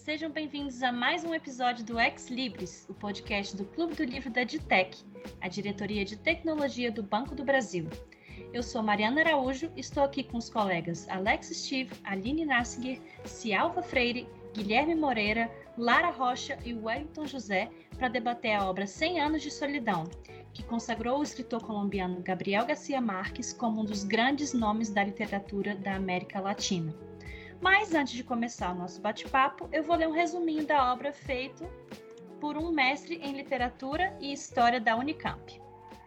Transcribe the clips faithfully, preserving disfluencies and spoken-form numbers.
sejam bem-vindos a mais um episódio do Ex Libris, o podcast do Clube do Livro da Ditec, a diretoria de tecnologia do Banco do Brasil. Eu sou Mariana Araújo e estou aqui com os colegas Alex Steve, Aline Nassinger, Cialva Freire, Guilherme Moreira, Lara Rocha e Wellington José para debater a obra cem anos de Solidão, que consagrou o escritor colombiano Gabriel García Márquez como um dos grandes nomes da literatura da América Latina. Mas antes de começar o nosso bate-papo, eu vou ler um resuminho da obra feito por um mestre em literatura e história da Unicamp.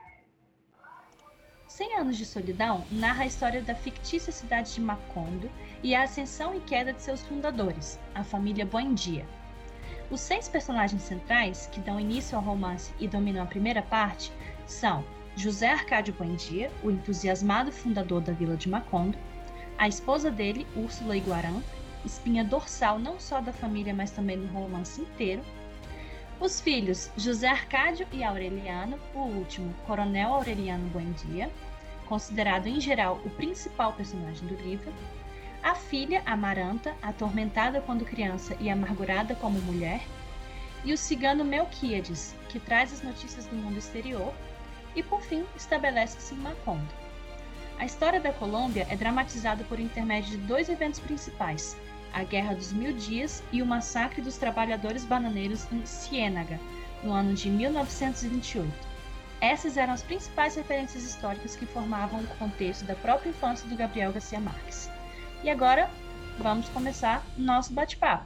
cem anos de Solidão narra a história da fictícia cidade de Macondo e a ascensão e queda de seus fundadores, a família Buendia. Os seis personagens centrais, que dão início ao romance e dominam a primeira parte, são José Arcádio Buendia, o entusiasmado fundador da vila de Macondo, a esposa dele, Úrsula Iguarã, espinha dorsal não só da família, mas também do romance inteiro, os filhos José Arcádio e Aureliano, o último, Coronel Aureliano Buendia, considerado em geral o principal personagem do livro, a filha Amaranta, atormentada quando criança e amargurada como mulher, e o cigano Melquíades, que traz as notícias do mundo exterior, e por fim estabelece-se em Macondo. A história da Colômbia é dramatizada por intermédio de dois eventos principais, a Guerra dos Mil Dias e o massacre dos trabalhadores bananeiros em Ciénaga, no ano de mil novecentos e vinte e oito. Essas eram as principais referências históricas que formavam o contexto da própria infância do Gabriel García Márquez. E agora, vamos começar nosso bate-papo.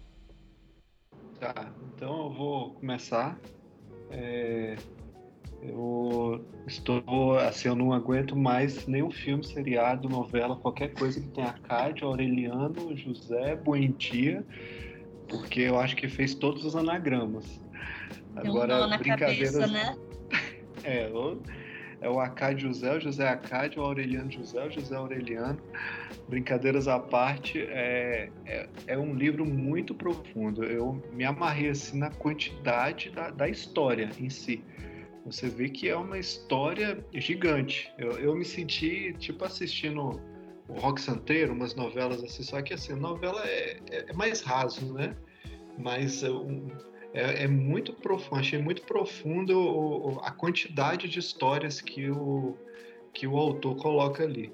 Tá, então eu vou começar. É... Eu estou, assim, eu não aguento mais nenhum filme, seriado, novela, qualquer coisa que tenha Arcádio, Aureliano, José, Buendia, porque eu acho que fez todos os anagramas. Deu um nó na cabeça, né? É, o, é o Arcádio José, o José Arcádio, o Aureliano José, o José Aureliano. Brincadeiras à parte, é, é, é um livro muito profundo. Eu me amarrei assim na quantidade da, da história em si. Você vê que é uma história gigante. Eu, eu me senti, tipo, assistindo o Rock Santeiro, umas novelas assim, só que assim, a novela é, é, é mais raso, né? Mas é, um, é, é muito profundo, achei muito profundo o, o, a quantidade de histórias que o, que o autor coloca ali.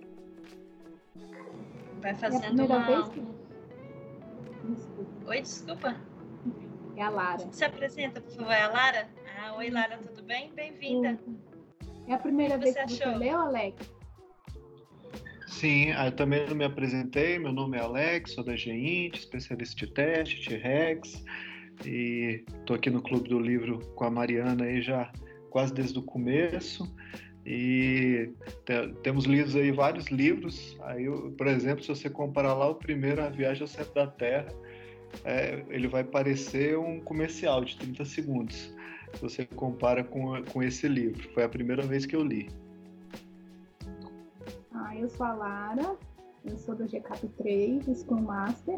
Vai fazendo uma... Vez que... Desculpa. Oi, desculpa. É a Lara. Se apresenta, por favor, é a Lara? Ah, oi, Lara, tudo bem? Bem-vinda. É a primeira vez que achou? você leu, Alex? Sim, eu também não me apresentei. Meu nome é Alex, sou da G I N T, especialista de teste, T-Rex, e estou aqui no Clube do Livro com a Mariana aí já quase desde o começo. E te, temos lido aí vários livros. Aí, por exemplo, se você comparar lá o primeiro, A Viagem ao Centro da Terra, É, ele vai parecer um comercial de trinta segundos, se você compara com, com esse livro. Foi a primeira vez que eu li. Ah, eu sou a Lara, eu sou do G C A P três, Scrum Master.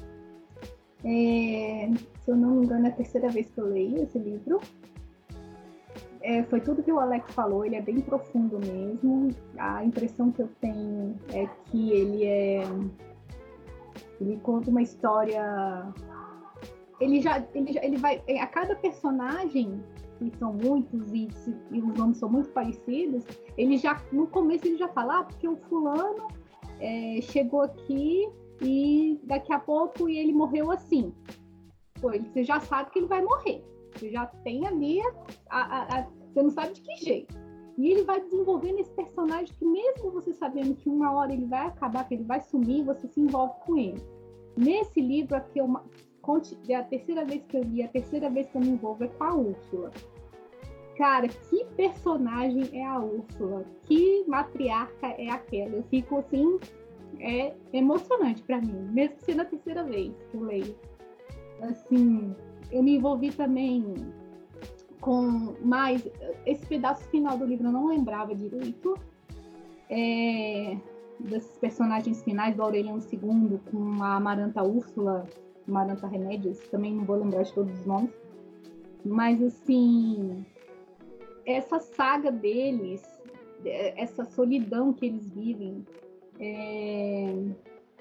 É, se eu não me engano, é a terceira vez que eu leio esse livro. É, foi tudo que o Alex falou, ele é bem profundo mesmo. A impressão que eu tenho é que ele é... Ele conta uma história. Ele já, ele já, ele vai. A cada personagem, que são muitos e, e os nomes são muito parecidos, ele já, no começo ele já fala, ah, porque o fulano é, chegou aqui e daqui a pouco e ele morreu assim. Pô, você já sabe que ele vai morrer. Você já tem ali, a, a, a, você não sabe de que jeito. E ele vai desenvolvendo esse personagem que mesmo você sabendo que uma hora ele vai acabar, que ele vai sumir, você se envolve com ele. Nesse livro aqui, eu, é a terceira vez que eu li, a terceira vez que eu me envolvo é com a Úrsula. Cara, que personagem é a Úrsula? Que matriarca é aquela? Eu fico assim, é emocionante pra mim, mesmo sendo a terceira vez que eu leio. Assim, eu me envolvi também com mais... Esse pedaço final do livro eu não lembrava direito. É, desses personagens finais do Aureliano segundo, com a Amaranta Úrsula, Amaranta Remédios, também não vou lembrar de todos os nomes. Mas, assim, essa saga deles, essa solidão que eles vivem, é,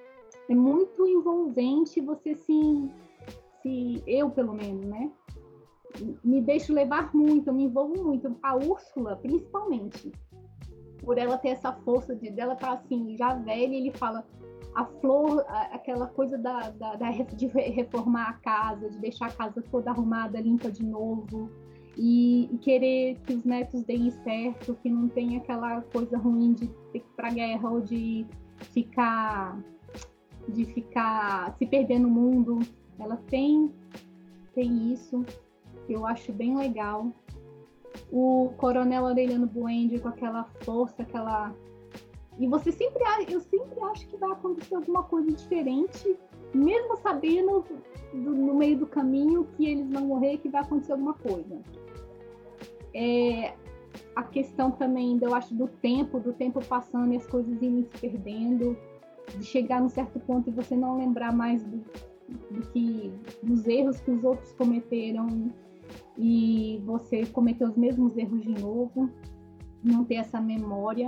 é muito envolvente, você se, se... Eu, pelo menos, né? Me deixo levar muito, eu me envolvo muito. A Úrsula, principalmente, por ela ter essa força de dela estar assim, já velha, ele fala a flor, aquela coisa da, da, da, de reformar a casa, de deixar a casa toda arrumada, limpa de novo, e, e querer que os netos deem certo, que não tenha aquela coisa ruim de ter que ir pra guerra ou de ficar, de ficar se perder no mundo. Ela tem, tem isso. Eu acho bem legal. O Coronel Aureliano Buendia com aquela força, aquela... E você sempre... Eu sempre acho que vai acontecer alguma coisa diferente, mesmo sabendo do, no meio do caminho que eles vão morrer, que vai acontecer alguma coisa. É, a questão também, eu acho, do tempo, do tempo passando e as coisas irem se perdendo, de chegar num certo ponto e você não lembrar mais do, do que, dos erros que os outros cometeram, e você cometer os mesmos erros de novo, não ter essa memória.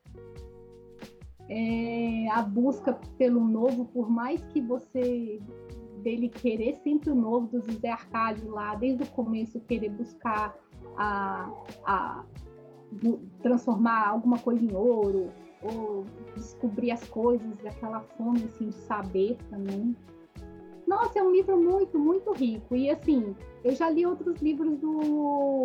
É, a busca pelo novo, por mais que você, dele querer sempre o novo, do José Arcádio lá, desde o começo, querer buscar a, a transformar alguma coisa em ouro, ou descobrir as coisas, aquela fome assim, de saber também. Nossa, é um livro muito, muito rico. E assim, eu já li outros livros do,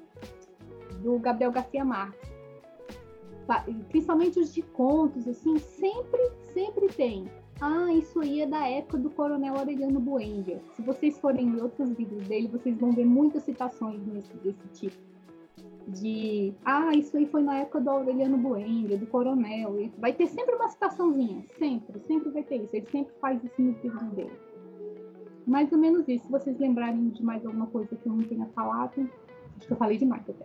do Gabriel Garcia Marques, principalmente os de contos, assim, sempre, sempre tem. Ah, isso aí é da época do Coronel Aureliano Buendia. Se vocês forem ler outros livros dele, vocês vão ver muitas citações nesse, desse tipo. De, ah, isso aí foi na época do Aureliano Buendia, do Coronel. E vai ter sempre uma citaçãozinha, sempre, sempre vai ter isso. Ele sempre faz isso nos livros dele. Mais ou menos isso. Se vocês lembrarem de mais alguma coisa que eu não tenha falado, acho que eu falei demais até.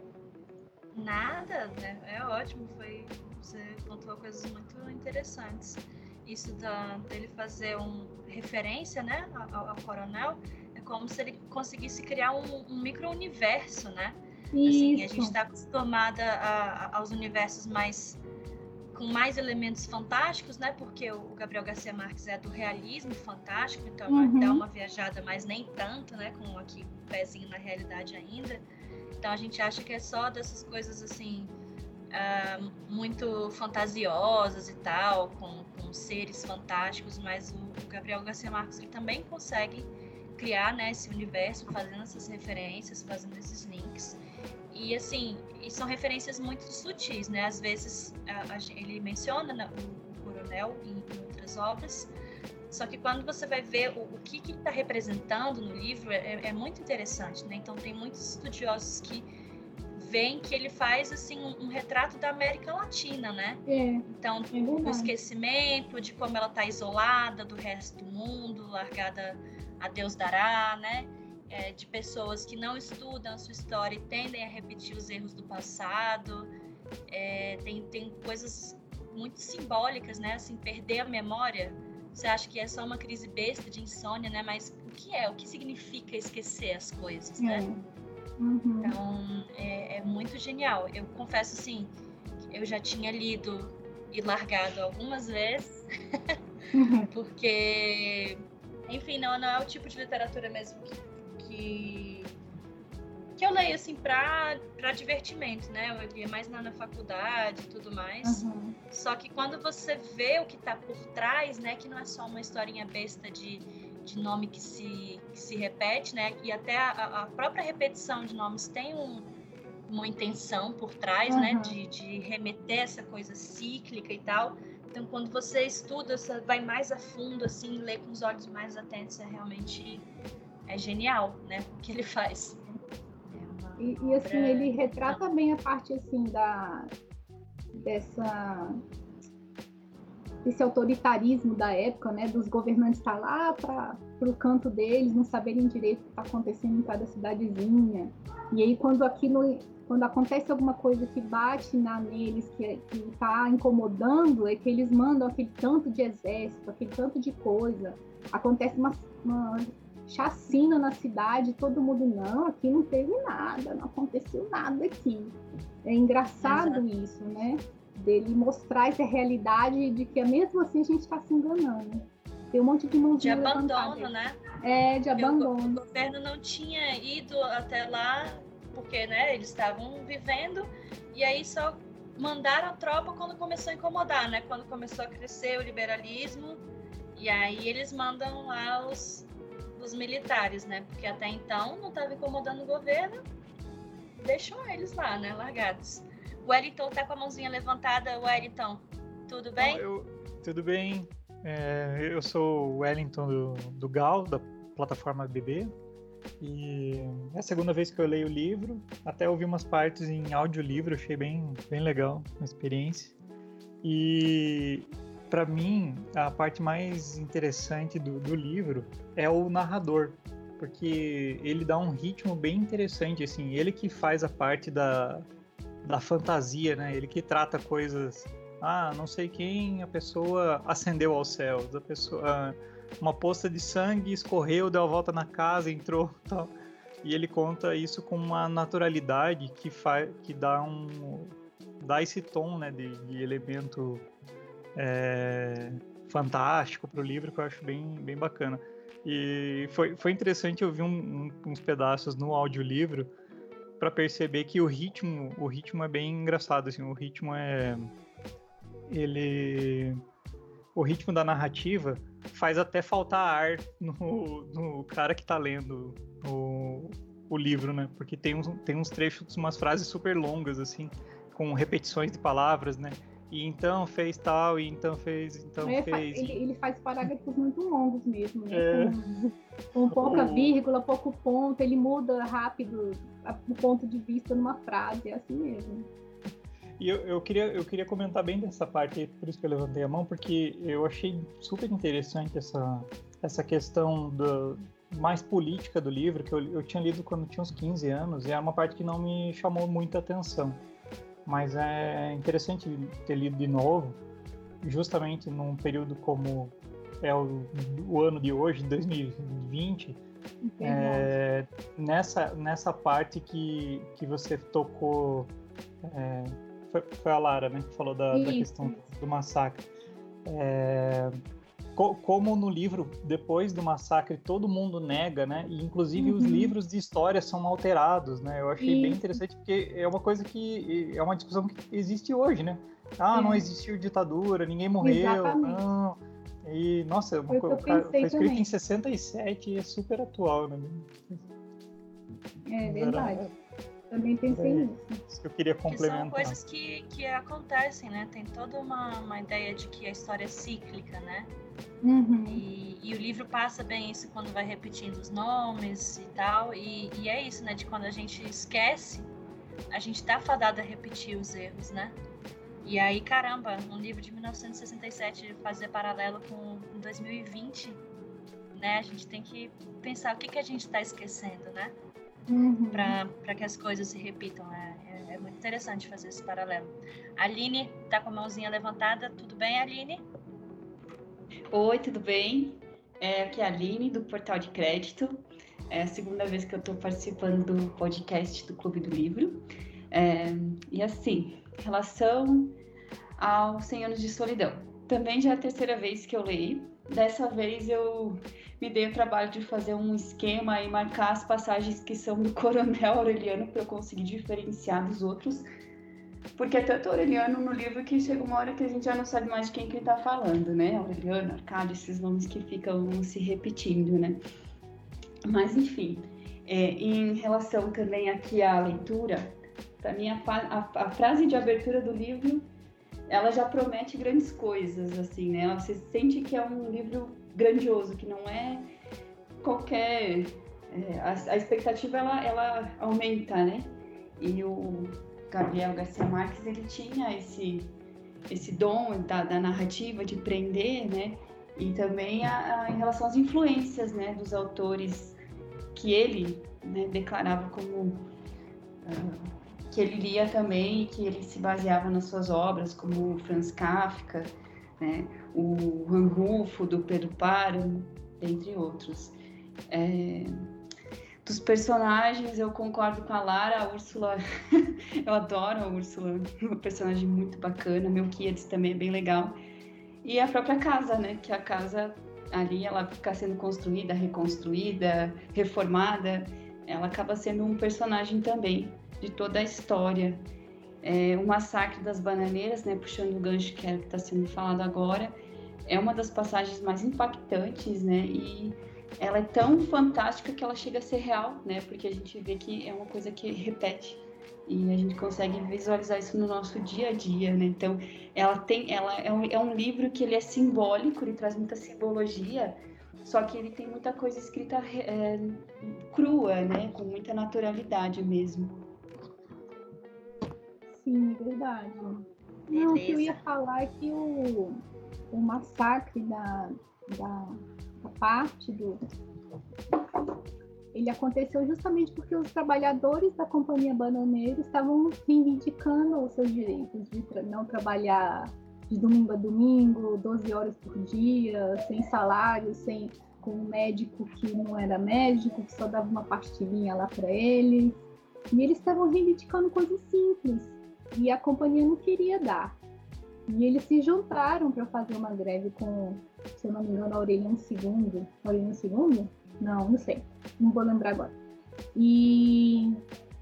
Nada, né? É ótimo. Foi, você pontuou coisas muito interessantes. Isso da, dele fazer uma referência, né, ao, ao Coronel, é como se ele conseguisse criar um, um micro-universo, né? Assim, a gente está acostumada a, a, aos universos mais com mais elementos fantásticos, né? Porque o Gabriel Garcia Marques é do realismo fantástico, então uhum. dá uma viajada, mas nem tanto, né? Com aqui um pezinho na realidade ainda. Então a gente acha que é só dessas coisas assim uh, muito fantasiosas e tal, com, com seres fantásticos, mas o, o Gabriel Garcia Marques ele também consegue criar, né, esse universo, fazendo essas referências, fazendo esses links. E assim, e são referências muito sutis, né? Às vezes a, a, ele menciona, né, o, o Coronel em, em outras obras, só que quando você vai ver o, o que ele está representando no livro, é, é muito interessante, né? Então tem muitos estudiosos que veem que ele faz assim um, um retrato da América Latina, né? É, então é o esquecimento de como ela está isolada do resto do mundo, largada a Deus dará, né? É, de pessoas que não estudam a sua história e tendem a repetir os erros do passado. É, tem, tem coisas muito simbólicas, né? Assim, perder a memória. Você acha que é só uma crise besta de insônia, né? Mas o que é? O que significa esquecer as coisas, né? Uhum. Então, é, é muito genial. Eu confesso, assim, eu já tinha lido e largado algumas vezes, uhum. porque, enfim, não, não é o tipo de literatura mesmo que Que, que eu leio assim para divertimento, né? Eu lia mais na, na faculdade e tudo mais. Uhum. Só que quando você vê o que está por trás, né? Que não é só uma historinha besta de, de nome que se, que se repete, né? E até a, a própria repetição de nomes tem um, uma intenção por trás, uhum. né? De, de remeter essa coisa cíclica e tal. Então, quando você estuda, você vai mais a fundo, assim, lê com os olhos mais atentos, é realmente... É genial, né, o que ele faz. É e, e assim, ele retrata bem a parte assim da dessa esse autoritarismo da época, né, dos governantes estar lá para o canto deles, não saberem direito o que está acontecendo em cada cidadezinha. E aí quando aquilo, quando acontece alguma coisa que bate na neles, que está incomodando, é que eles mandam aquele tanto de exército, aquele tanto de coisa. Acontece uma, uma chacina na cidade, todo mundo, não, aqui não teve nada, não aconteceu nada aqui. É engraçado Exato. Isso, né? Dele mostrar essa realidade de que mesmo assim a gente está se enganando. Tem um monte de mãozinha de abandono, levantada. né? É, de Porque abandono. O, o governo não tinha ido até lá, porque, né, eles estavam vivendo, e aí só mandaram a tropa quando começou a incomodar, né? Quando começou a crescer o liberalismo, e aí eles mandam lá os, os militares, né? Porque até então não estava incomodando o governo, deixou eles lá, né, largados. O Wellington tá com a mãozinha levantada. Wellington, tudo bem? Eu, tudo bem. É, eu sou o Wellington do, do Gal, da plataforma B B, e é a segunda vez que eu leio o livro. Até ouvi umas partes em audiolivro, achei bem, bem legal a experiência. E para mim, a parte mais interessante do, do livro é o narrador, porque ele dá um ritmo bem interessante, assim, ele que faz a parte da, da fantasia, né? Ele que trata coisas, ah, não sei quem, a pessoa ascendeu aos céus, a pessoa, uma poça de sangue escorreu, deu a volta na casa, entrou, tal. E ele conta isso com uma naturalidade que faz, que dá um, dá esse tom, né, de, de elemento é, fantástico para o livro, que eu acho bem, bem bacana. E foi, foi interessante ouvir um, um, uns pedaços no audiolivro para perceber que o ritmo, o ritmo é bem engraçado, assim, o ritmo é ele o ritmo da narrativa faz até faltar ar no, no cara que tá lendo o, o livro, né? Porque tem uns, tem uns trechos, umas frases super longas, assim, com repetições de palavras, né? E então fez tal, e então fez, então é, fez. Ele, ele faz parágrafos muito longos mesmo, né? É. Com, com pouca vírgula, pouco ponto, ele muda rápido o ponto de vista numa frase, é assim mesmo. E eu, eu, queria, eu queria comentar bem dessa parte, por isso que eu levantei a mão, porque eu achei super interessante essa, essa questão do, mais política do livro, que eu, eu tinha lido quando tinha uns quinze anos, e era uma parte que não me chamou muita atenção. Mas é interessante ter lido de novo, justamente num período como é o, o ano de hoje, dois mil e vinte, é, nessa, nessa parte que, que você tocou, é, foi, foi a Lara, né, que falou da, da questão do massacre. É, co, como no livro, depois do massacre, todo mundo nega, né, e inclusive uhum. os livros de história são alterados, né, eu achei Isso. bem interessante, porque é uma coisa que, é uma discussão que existe hoje, né, ah, é. não existiu ditadura, ninguém morreu, Exatamente. não, e, nossa, uma coisa, foi escrito também. Em sessenta e sete e é super atual, né. É verdade. Era... Também pensei nisso. Isso que eu queria complementar. Que são coisas que, que acontecem, né? Tem toda uma, uma ideia de que a história é cíclica, né? Uhum. E, e o livro passa bem isso quando vai repetindo os nomes e tal. E, e é isso, né? De quando a gente esquece, a gente tá fadado a repetir os erros, né? E aí, caramba, um livro de mil novecentos e sessenta e sete fazer paralelo com dois mil e vinte, né? A gente tem que pensar o que, que a gente tá esquecendo, né? Uhum. Para que as coisas se repitam. É, é, é muito interessante fazer esse paralelo. A Aline tá com a mãozinha levantada. Tudo bem, Aline? Oi, tudo bem? É, aqui é a Aline, do Portal de Crédito. É a segunda vez que eu estou participando do podcast do Clube do Livro. É, e assim, em relação aos cem anos de solidão, também já é a terceira vez que eu leio. Dessa vez eu me dei o trabalho de fazer um esquema e marcar as passagens que são do Coronel Aureliano para eu conseguir diferenciar dos outros, porque é tanto Aureliano no livro que chega uma hora que a gente já não sabe mais de quem que ele está falando, né? Aureliano, Arcádio, esses nomes que ficam se repetindo, né? Mas enfim, é, em relação também aqui à leitura, para mim a, a, a frase de abertura do livro, ela já promete grandes coisas, assim, né? Você sente que é um livro grandioso, que não é qualquer... É, a, a expectativa, ela, ela aumenta, né? E o Gabriel Garcia Marques, ele tinha esse, esse dom da, da narrativa, de prender, né? E também a, a, em relação às influências, né? Dos autores que ele, né, declarava como... Uh, que ele lia também e que ele se baseava nas suas obras, como Franz Kafka, né, o Juan Rulfo, do Pedro Páramo, entre outros. É, dos personagens, eu concordo com a Lara, a Úrsula, eu adoro a Úrsula, uma personagem muito bacana, Melquíades também é bem legal. E a própria casa, né, que a casa ali ela fica sendo construída, reconstruída, reformada, ela acaba sendo um personagem também de toda a história. É, o Massacre das Bananeiras, né, puxando o gancho que é o que está sendo falado agora, é uma das passagens mais impactantes, né, e ela é tão fantástica que ela chega a ser real, né, porque a gente vê que é uma coisa que repete e a gente consegue visualizar isso no nosso dia a dia, né? Então, ela tem, ela é um, é um livro que ele é simbólico, ele traz muita simbologia, só que ele tem muita coisa escrita é, crua, né, com muita naturalidade mesmo. Sim, é verdade. Não, o que eu ia falar é que o, o massacre da, da, da parte do... ele aconteceu justamente porque os trabalhadores da Companhia Bananeira estavam reivindicando os seus direitos de tra- não trabalhar de domingo a domingo, doze horas por dia, sem salário, sem, com um médico que não era médico, que só dava uma pastilhinha lá para eles. E eles estavam reivindicando coisas simples. E a companhia não queria dar. E eles se juntaram para fazer uma greve com, se eu não me engano, Aureliano segundo. Aureliano segundo? Não, não sei. Não vou lembrar agora. E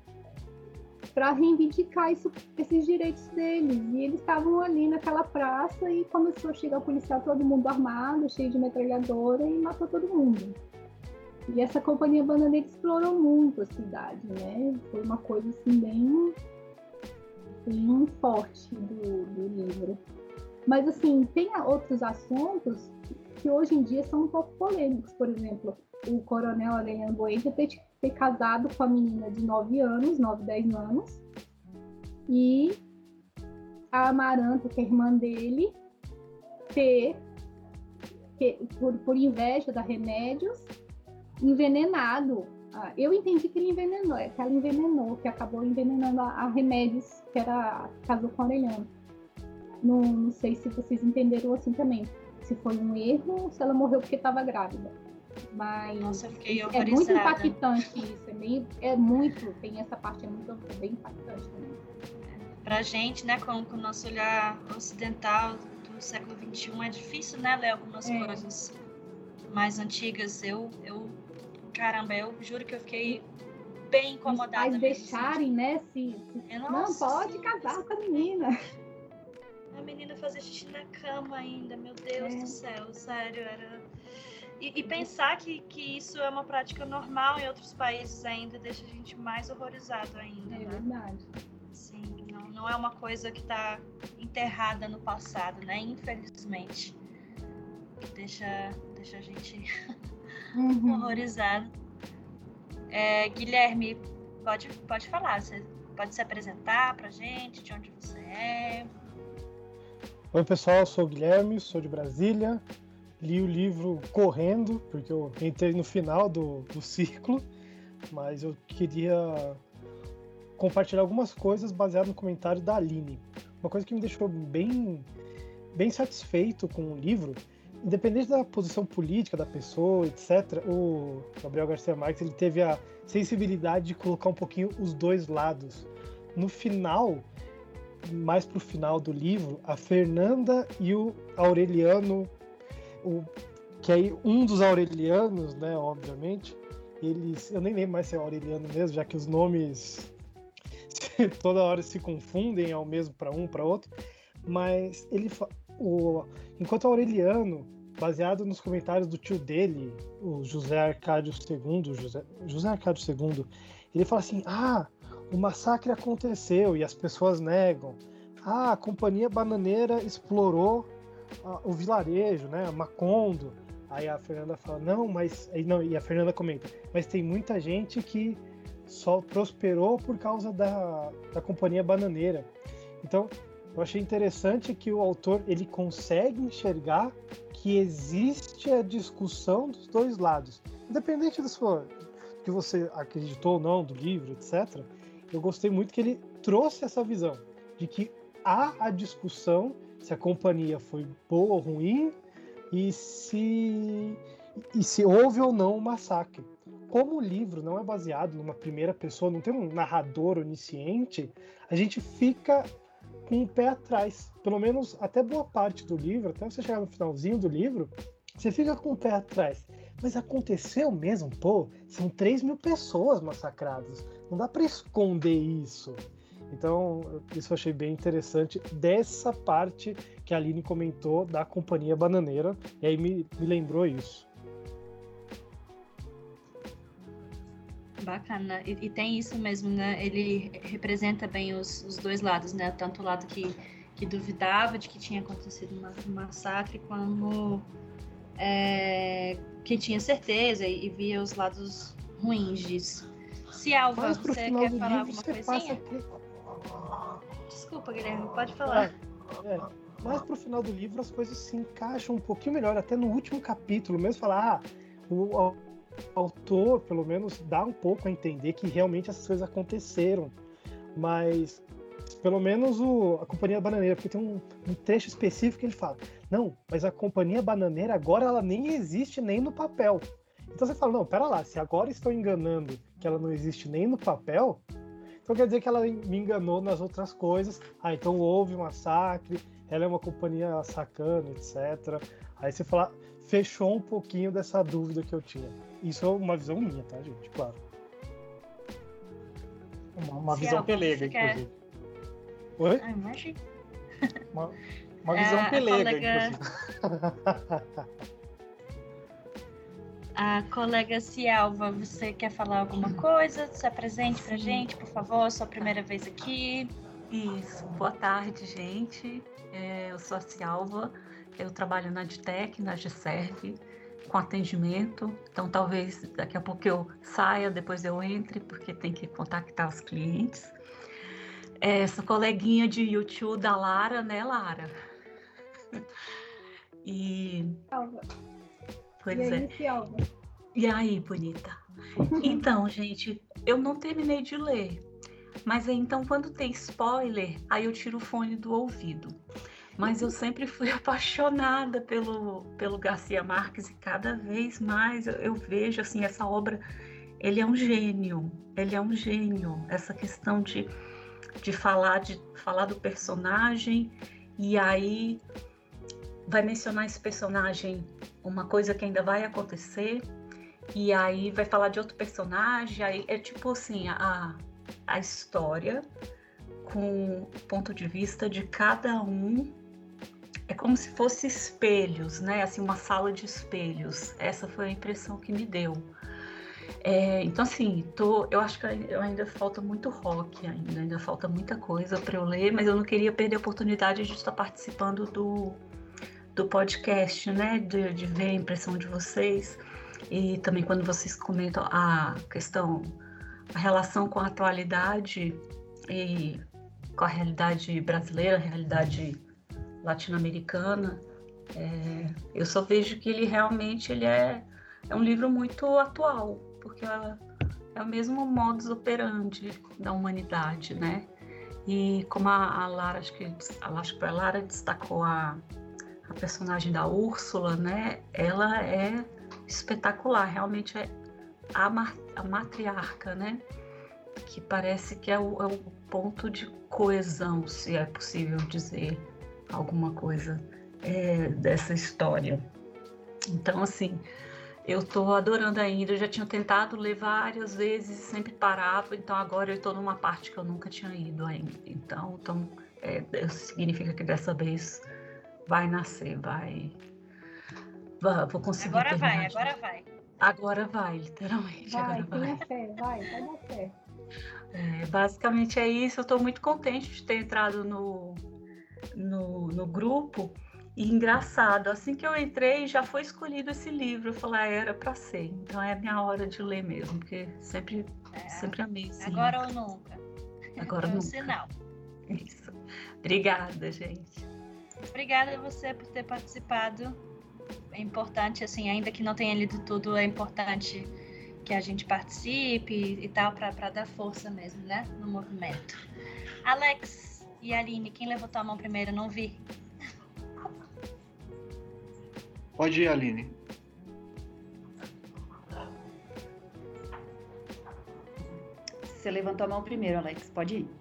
para reivindicar isso, esses direitos deles. E eles estavam ali naquela praça e começou a chegar o policial, todo mundo armado, cheio de metralhadora, e matou todo mundo. E essa Companhia Bananeira explorou muito a cidade, né? Foi uma coisa assim bem... bem forte do, do livro. Mas, assim, tem outros assuntos que hoje em dia são um pouco polêmicos. Por exemplo, o coronel Aureliano Boeida ter, ter casado com a menina de nove anos, nove, dez anos, e a Amaranta, que é irmã dele, ter, ter por, por inveja da Remédios, envenenado. Eu entendi que ele envenenou, é que ela envenenou, que acabou envenenando a, a Remédios, que era, casou com Aureliano. Não, não sei se vocês entenderam assim também. Se foi um erro ou se ela morreu porque estava grávida. Mas Nossa, eu fiquei é horrorizada. muito impactante isso. É, meio, é muito, tem essa parte, é muito é bem impactante também. Pra gente, né, com, com o nosso olhar ocidental do século vinte e um, é difícil, né, ler algumas É. coisas mais antigas. Eu, eu, caramba, eu juro que eu fiquei bem incomodada. Os pais mesmo, deixarem, né, se, se É, não nossa, pode sim, casar com a menina. A menina fazer xixi na cama ainda, meu Deus É. do céu, sério, era... E, e pensar que, que isso é uma prática normal em outros países ainda deixa a gente mais horrorizado ainda, É né? verdade. Sim, não, não é uma coisa que está enterrada no passado, né? Infelizmente. Que deixa, deixa a gente Uhum. horrorizado. É, Guilherme, pode, pode falar, você pode se apresentar pra gente, de onde você é. Oi pessoal, eu sou o Guilherme, sou de Brasília, li o livro correndo, porque eu entrei no final do, do ciclo, mas eu queria compartilhar algumas coisas baseado no comentário da Aline. Uma coisa que me deixou bem, bem satisfeito com o livro, independente da posição política da pessoa, etcétera, o Gabriel Garcia Marques ele teve a sensibilidade de colocar um pouquinho os dois lados. No final, mais pro final do livro, a Fernanda e o Aureliano, o, que aí um dos Aurelianos, né, obviamente, eles, eu nem lembro mais se é Aureliano mesmo, já que os nomes toda hora se confundem ao mesmo para um, para outro, mas ele, o, enquanto Aureliano, baseado nos comentários do tio dele, o José Arcádio segundo, José, José Arcádio segundo, ele fala assim, ah, o massacre aconteceu e as pessoas negam. Ah, a Companhia Bananeira explorou ah, o vilarejo, né, Macondo. Aí a Fernanda fala, não, mas... Aí, não, e a Fernanda comenta, mas tem muita gente que só prosperou por causa da, da Companhia Bananeira. Então, eu achei interessante que o autor ele consegue enxergar que existe a discussão dos dois lados. Independente da sua, que você acreditou ou não do livro, etcétera, eu gostei muito que ele trouxe essa visão de que há a discussão se a companhia foi boa ou ruim e se, e se houve ou não um massacre. Como o livro não é baseado numa primeira pessoa, não tem um narrador onisciente, a gente fica com o pé atrás. Pelo menos até boa parte do livro, até você chegar no finalzinho do livro, você fica com o pé atrás. Mas aconteceu mesmo, pô, são três mil pessoas massacradas. Não dá para esconder isso. Então, isso eu achei bem interessante dessa parte que a Aline comentou da Companhia Bananeira. E aí me, me lembrou isso. Bacana. E, e tem isso mesmo, né? Ele representa bem os, os dois lados, né? Tanto o lado que, que duvidava de que tinha acontecido um massacre, como é, que tinha certeza e, e via os lados ruins disso. Se Alva, Mas pro você final quer do falar livro alguma você coisinha? passa aqui. Desculpa, Guilherme, pode falar. É, é. Mas pro final do livro as coisas se encaixam um pouquinho melhor. Até no último capítulo mesmo falar, ah, o autor, pelo menos, dá um pouco a entender que realmente essas coisas aconteceram. Mas, pelo menos, o, a Companhia Bananeira, porque tem um, um trecho específico que ele fala, não, mas a Companhia Bananeira agora ela nem existe nem no papel. Então você fala, não, pera lá, se agora estão enganando que ela não existe nem no papel, então quer dizer que ela me enganou nas outras coisas. Ah, então houve um massacre, ela é uma companhia sacana, etcétera. Aí você fala, fechou um pouquinho dessa dúvida que eu tinha. Isso é uma visão minha, tá, gente? Claro. Uma, uma Se visão Alva, pelega, você quer- inclusive. Oi? Ah, imagina. Uma, uma visão É, a pelega, colega- inclusive. A colega Cialva, você quer falar alguma coisa? Se apresente pra gente, por favor, sua primeira vez aqui. Isso, boa tarde, gente. É, eu sou a Cialva, eu trabalho na Adtec, na Gserv, com atendimento. Então, talvez daqui a pouco eu saia, depois eu entre, porque tem que contactar os clientes. É, sou coleguinha de YouTube da Lara, né, Lara? E. Alva. Pois E é. aí, Cialva? E aí, bonita? Então, gente, eu não terminei de ler. Mas aí, então, quando tem spoiler, aí eu tiro o fone do ouvido. Mas eu sempre fui apaixonada pelo, pelo Garcia Marques e cada vez mais eu, eu vejo, assim, essa obra, ele é um gênio, ele é um gênio. Essa questão de, de, falar, de falar do personagem e aí vai mencionar esse personagem, uma coisa que ainda vai acontecer, e aí vai falar de outro personagem, aí é tipo assim, a, a história com o ponto de vista de cada um, é como se fosse espelhos, né? Assim, uma sala de espelhos. Essa foi a impressão que me deu. É, então, assim, tô, eu acho que eu ainda falta muito rock, ainda, ainda falta muita coisa para eu ler, mas eu não queria perder a oportunidade de estar participando do, do podcast, né? De, de ver a impressão de vocês. E também quando vocês comentam a questão, a relação com a atualidade e com a realidade brasileira, a realidade latino-americana, é, eu só vejo que ele realmente ele é, é um livro muito atual, porque é, é o mesmo modus operandi da humanidade, né? E como a, a Lara, acho que a, acho que a Lara destacou a, a personagem da Úrsula, né? Ela é espetacular, realmente é a, ma, a matriarca, né? Que parece que é o, é o ponto de coesão, se é possível dizer alguma coisa é, dessa história. Então, assim, eu tô adorando ainda, eu já tinha tentado ler várias vezes e sempre parava, então agora eu tô numa parte que eu nunca tinha ido ainda. Então, então é, significa que dessa vez vai nascer, vai... vai vou conseguir Agora vai, terminar. agora vai. Agora vai, literalmente, Vai, agora vai. tenha fé, vai, vai dar fé. É, basicamente é isso, eu estou muito contente de ter entrado no, no, no grupo. E engraçado, assim que eu entrei já foi escolhido esse livro, eu falei, ah, era para ser, então é a minha hora de ler mesmo, porque sempre, É, sempre amei esse agora livro. ou nunca. Agora é um nunca. sinal. Isso. Obrigada, gente. Obrigada a você por ter participado. É importante, assim, ainda que não tenha lido tudo, é importante que a gente participe e, e tal, para dar força mesmo, né, no movimento. Alex e Aline, quem levantou a mão primeiro? Não vi. Pode ir, Aline. Você levantou a mão primeiro, Alex. Pode ir.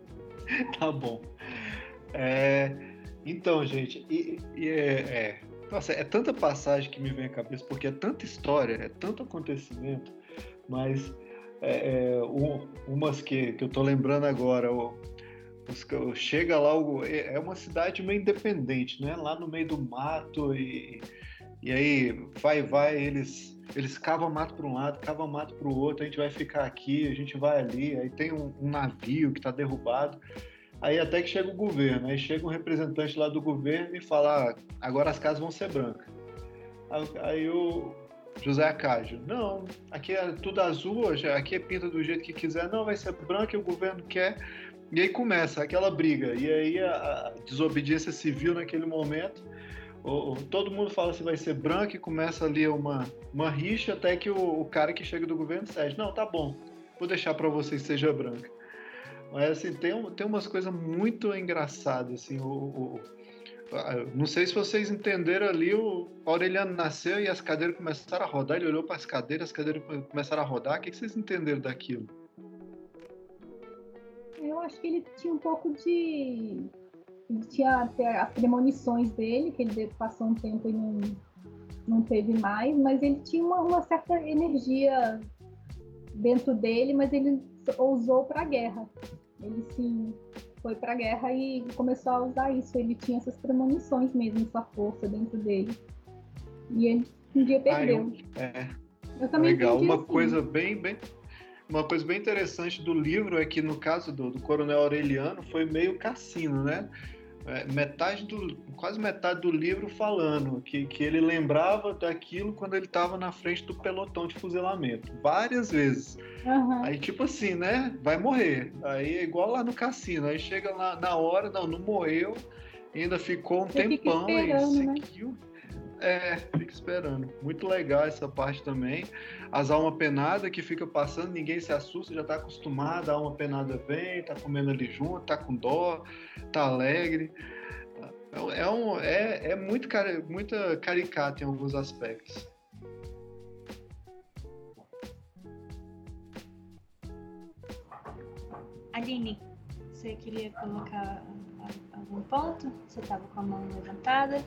Tá bom. É, então, gente, e, e é, é, Nossa, é tanta passagem que me vem à cabeça, porque é tanta história, é tanto acontecimento, mas é, é, um, umas que, que eu tô lembrando agora, o, os, chega lá, o, é uma cidade meio independente, né? Lá no meio do mato, e, e aí vai, vai, eles, eles cavam mato para um lado, cavam mato para o outro, a gente vai ficar aqui, a gente vai ali, aí tem um, um navio que está derrubado. Aí até que chega o governo, aí chega um representante lá do governo e fala, ah, agora as casas vão ser brancas. Aí, aí o José Acádio, não, aqui é tudo azul, aqui é pinta do jeito que quiser, não, vai ser branco e o governo quer. E aí começa aquela briga, e aí a, a desobediência civil naquele momento, o, todo mundo fala se vai ser branco e começa ali uma, uma rixa até que o, o cara que chega do governo cede, não, tá bom, vou deixar para vocês que seja branca. Mas assim, tem, tem umas coisas muito engraçadas, assim, o, o, não sei se vocês entenderam ali, o Aureliano nasceu e as cadeiras começaram a rodar, ele olhou para as cadeiras, as cadeiras começaram a rodar, o que vocês entenderam daquilo? Eu acho que ele tinha um pouco de... Ele tinha as premonições dele, que ele passou um tempo e não, não teve mais, mas ele tinha uma, uma certa energia dentro dele, mas ele ousou para a guerra. Ele sim foi para a guerra e começou a usar isso. Ele tinha essas premonições mesmo, essa força dentro dele. E ele um dia perdeu. Ah, eu, é, eu também legal. Uma assim. coisa bem, bem, uma coisa bem interessante do livro é que no caso do, do Coronel Aureliano foi meio cassino, né? É, metade do, quase metade do livro falando que, que ele lembrava daquilo quando ele estava na frente do pelotão de fuzilamento, várias vezes. Uhum. Aí tipo assim, né, vai morrer, aí é igual lá no cassino, aí chega lá na hora, não, não morreu, ainda ficou um Você tempão fica e né? seguiu. É, fica esperando. Muito legal essa parte também. As almas penadas que fica passando, ninguém se assusta, já tá acostumado, a alma penada vem, tá comendo ali junto, tá com dó, tá alegre. É, um, é, é muito, muito caricato em alguns aspectos. Aline, você queria colocar algum ponto? Você estava com a mão levantada?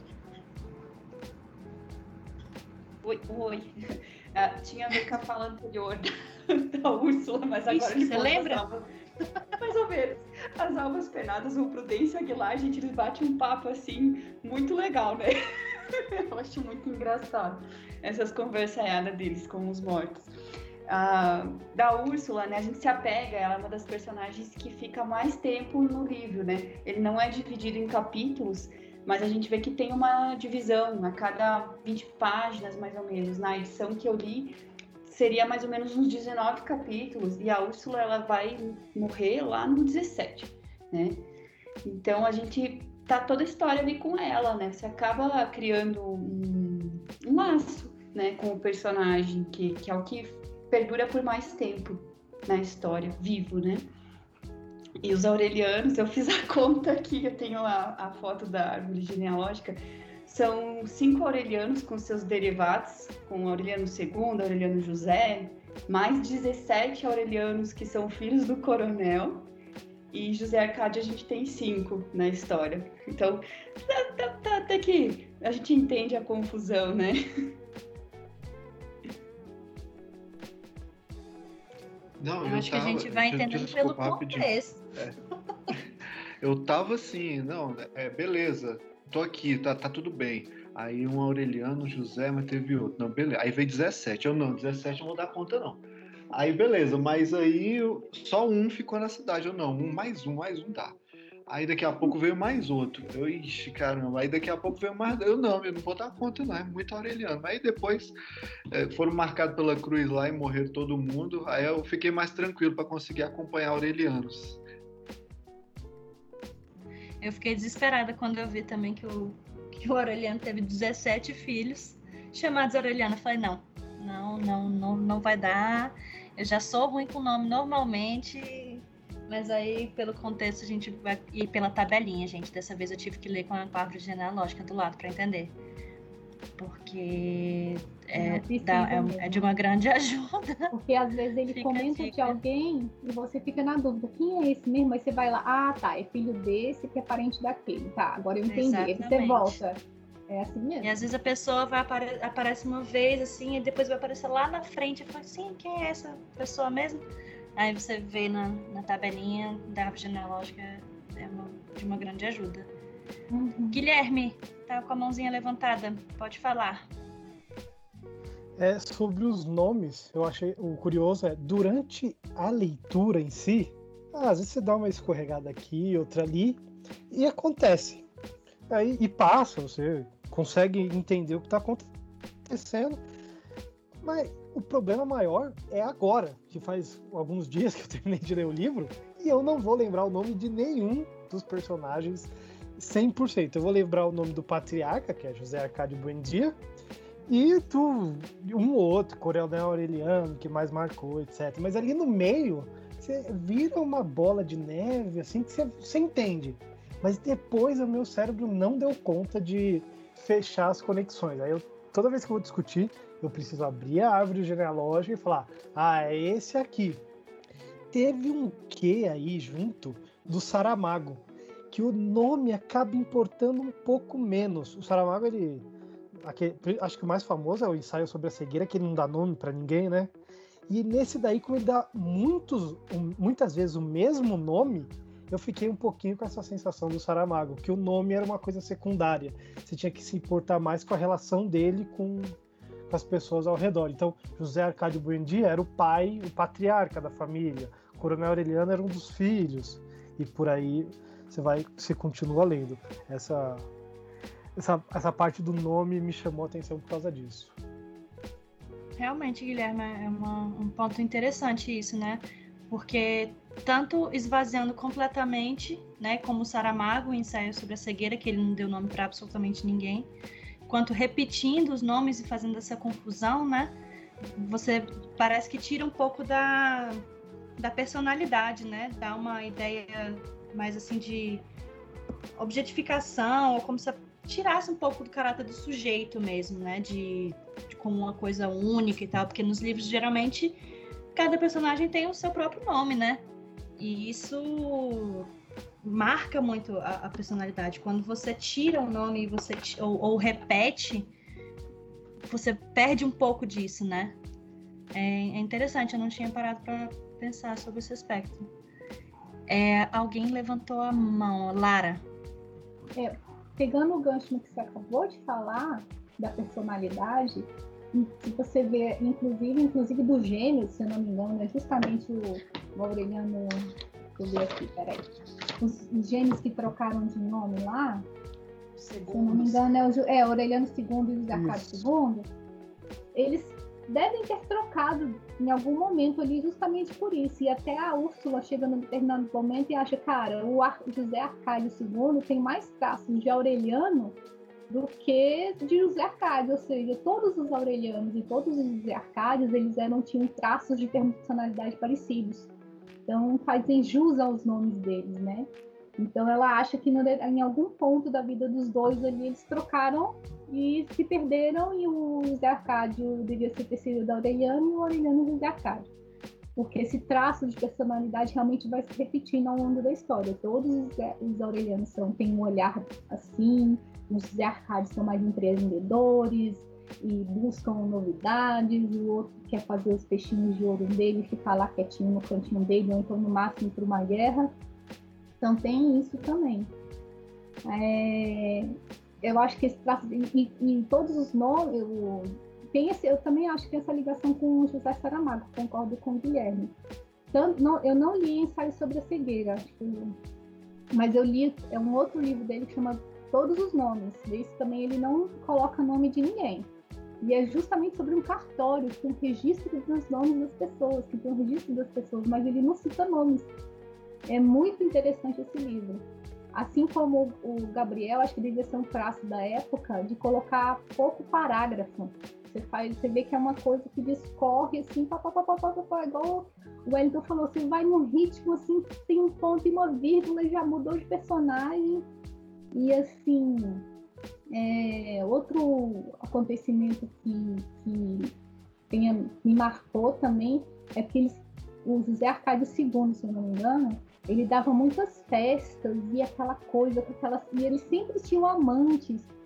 Oi, oi. Ah, tinha a ver com a fala anterior da, da Úrsula, mas agora Isso, ele você lembra? Almas, mais ou menos. As almas penadas, o Prudência Aguilar, gente, eles batem um papo assim, muito legal, né? Eu acho muito engraçado essas conversaiadas deles com os mortos. Ah, da Úrsula, né, a gente se apega, ela é uma das personagens que fica mais tempo no livro, né? Ele não é dividido em capítulos, mas a gente vê que tem uma divisão a cada vinte páginas, mais ou menos. Na edição que eu li, seria mais ou menos uns dezenove capítulos, e a Úrsula ela vai morrer lá no dezessete, né? Então a gente tá toda a história ali com ela, né? Você acaba criando um, um laço, né, com o personagem, que, que é o que perdura por mais tempo na história, vivo, né? E os aurelianos, eu fiz a conta aqui, eu tenho a, a foto da árvore genealógica, são cinco aurelianos com seus derivados, com Aureliano segundo, Aureliano José, mais dezessete aurelianos que são filhos do coronel, e José Arcádio a gente tem cinco na história. Então, tá, tá, tá, até que a gente entende a confusão, né? Não, eu, eu acho tava, que a gente vai entendendo pelo contexto. É. Eu tava assim, não, é, beleza, tô aqui, tá, tá tudo bem. Aí um Aureliano, José, mas teve outro. Não, beleza. Aí veio dezessete. Eu não, dezessete eu não vou dar conta, não. Aí beleza, mas aí eu, só um ficou na cidade. Eu não, um mais um, mais um dá. Aí daqui a pouco veio mais outro. Eu, ixi, caramba. Aí daqui a pouco veio mais. Eu não, eu não vou dar conta, não. É muito aureliano. Aí depois é, foram marcados pela cruz lá e morreram todo mundo. Aí eu fiquei mais tranquilo para conseguir acompanhar aurelianos. Eu fiquei desesperada quando eu vi também que o, que o Aureliano teve dezessete filhos chamados Aureliano. Eu falei, não, não, não, não, não vai dar. Eu já sou ruim com o nome normalmente. Mas aí, pelo contexto, a gente vai ir pela tabelinha, gente. Dessa vez eu tive que ler com a árvore genealógica do lado para entender. Porque é, dá, é, é de uma grande ajuda. Porque às vezes ele fica, comenta fica. de alguém e você fica na dúvida. Quem é esse mesmo? Aí você vai lá, ah, tá, é filho desse que é parente daquele. Tá, agora eu entendi. Aí você volta. É, É assim mesmo. E às vezes a pessoa vai apare- aparece uma vez, assim, e depois vai aparecer lá na frente. E fala assim, quem é essa pessoa mesmo? Aí você vê na, na tabelinha da árvore genealógica, é uma, de uma grande ajuda. Uhum. Guilherme, tá com a mãozinha levantada, pode falar. É sobre os nomes, eu achei o curioso é durante a leitura em si, ah, às vezes você dá uma escorregada aqui, outra ali, e acontece. Aí e passa, você consegue entender o que está acontecendo, mas o problema maior é agora, que faz alguns dias que eu terminei de ler o livro, e eu não vou lembrar o nome de nenhum dos personagens cem por cento. Eu vou lembrar o nome do patriarca, que é José Arcádio Buendia, e tu, um ou outro, Coronel Aureliano, que mais marcou, etcétera. Mas ali no meio, você vira uma bola de neve, assim, que você, você entende. Mas depois o meu cérebro não deu conta de fechar as conexões. Aí eu, toda vez que eu vou discutir, eu preciso abrir a árvore genealógica e falar, ah, é esse aqui. Teve um quê aí junto do Saramago, que o nome acaba importando um pouco menos. O Saramago, ele... Aquele, acho que o mais famoso é o ensaio sobre a cegueira, que ele não dá nome para ninguém, né? E nesse daí, como ele dá muitos, muitas vezes o mesmo nome, eu fiquei um pouquinho com essa sensação do Saramago, que o nome era uma coisa secundária. Você tinha que se importar mais com a relação dele com, com as pessoas ao redor. Então, José Arcádio Buendia era o pai, o patriarca da família. Coronel Aureliano era um dos filhos. E por aí você vai, você continua lendo. Essa... Essa, essa parte do nome me chamou a atenção por causa disso. Realmente, Guilherme, é uma, um ponto interessante isso, né? Porque tanto esvaziando completamente, né, como o Saramago, o ensaio sobre a cegueira, que ele não deu nome para absolutamente ninguém, quanto repetindo os nomes e fazendo essa confusão, né? Você parece que tira um pouco da, da personalidade, né? Dá uma ideia mais assim de objetificação, ou como se tirasse um pouco do caráter do sujeito mesmo, né? De, de como uma coisa única e tal, porque nos livros, geralmente, cada personagem tem o seu próprio nome, né? E isso marca muito a, a personalidade. Quando você tira o nome e você ou, ou repete, você perde um pouco disso, né? É, é interessante, eu não tinha parado para pensar sobre esse aspecto. É, alguém levantou a mão, Lara. É, pegando o gancho no que você acabou de falar, da personalidade, se você vê, inclusive, inclusive do gênio, se eu não me engano, é justamente o, o Aureliano, deixa eu ver aqui, peraí, os, os gênios que trocaram de nome lá, Segundos. se eu não me engano, é o é, Aureliano segundo e o José Arcádio segundo, eles devem ter trocado em algum momento ali justamente por isso. E até a Úrsula chega num determinado momento e acha, cara, o Ar- José Arcádio segundo tem mais traços de Aureliano do que de José Arcádio. Ou seja, todos os Aurelianos e todos os José Arcádios, eles eram, tinham traços de personalidade parecidos. Então fazem jus aos nomes deles, né? Então ela acha que no, em algum ponto da vida dos dois ali eles trocaram e se perderam, e o José Arcádio devia ter sido da Aureliano e o Aureliano José Arcádio. Porque esse traço de personalidade realmente vai se repetindo ao longo da história. Todos os, os Aurelianos são, têm um olhar assim, os José Arcádios são mais empreendedores e buscam novidades, o outro quer fazer os peixinhos de ouro dele e ficar lá quietinho no cantinho dele, ou então no máximo para uma guerra. Então tem isso também. É, eu acho que esse traço, em, em todos os nomes, eu, tem esse, eu também acho que tem essa ligação com o José Saramago, concordo com o Guilherme. Então, não, eu não li Ensaio sobre a Cegueira, acho que, mas eu li é um outro livro dele que chama Todos os Nomes. Esse também ele não coloca nome de ninguém. E é justamente sobre um cartório, com um registro dos nomes das pessoas, que tem um registro das pessoas, mas ele não cita nomes. É muito interessante esse livro. Assim como o Gabriel, acho que devia ser um traço da época de colocar pouco parágrafo. Você, faz, você vê que é uma coisa que discorre assim, pá, pá, pá, pá, pá, pá, igual o Wellington falou, você vai num ritmo assim, tem um ponto e uma vírgula e já mudou de personagem. E assim, é, outro acontecimento que, que tenha, me marcou também é que eles, o José Arcádio segundo, se eu não me engano, ele dava muitas festas e aquela coisa, aquelas, e eles sempre tinham amantes.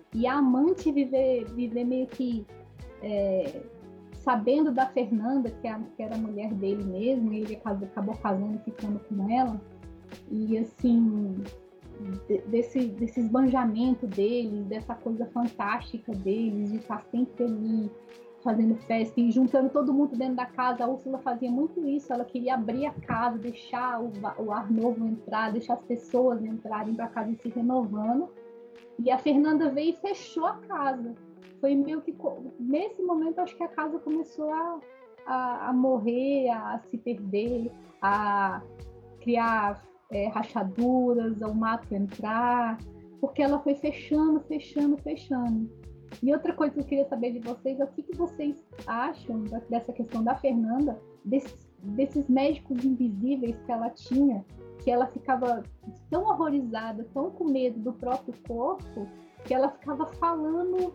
e a amante viver, viver meio que é, sabendo da Fernanda, que, a, que era a mulher dele mesmo, e ele acabou casando e ficando com ela. E assim, desse, desse esbanjamento deles, dessa coisa fantástica deles, de estar sempre ali fazendo festa e juntando todo mundo dentro da casa. A Úrsula fazia muito isso, ela queria abrir a casa, deixar o, o ar novo entrar, deixar as pessoas entrarem para a casa e se renovando. E a Fernanda veio e fechou a casa. Foi meio que, nesse momento, acho que a casa começou a, a, a morrer, a se perder, a criar é, rachaduras, o mato entrar, porque ela foi fechando, fechando, fechando. E outra coisa que eu queria saber de vocês é o que, que vocês acham dessa questão da Fernanda, desses, desses médicos invisíveis que ela tinha, que ela ficava tão horrorizada, tão com medo do próprio corpo, que ela ficava falando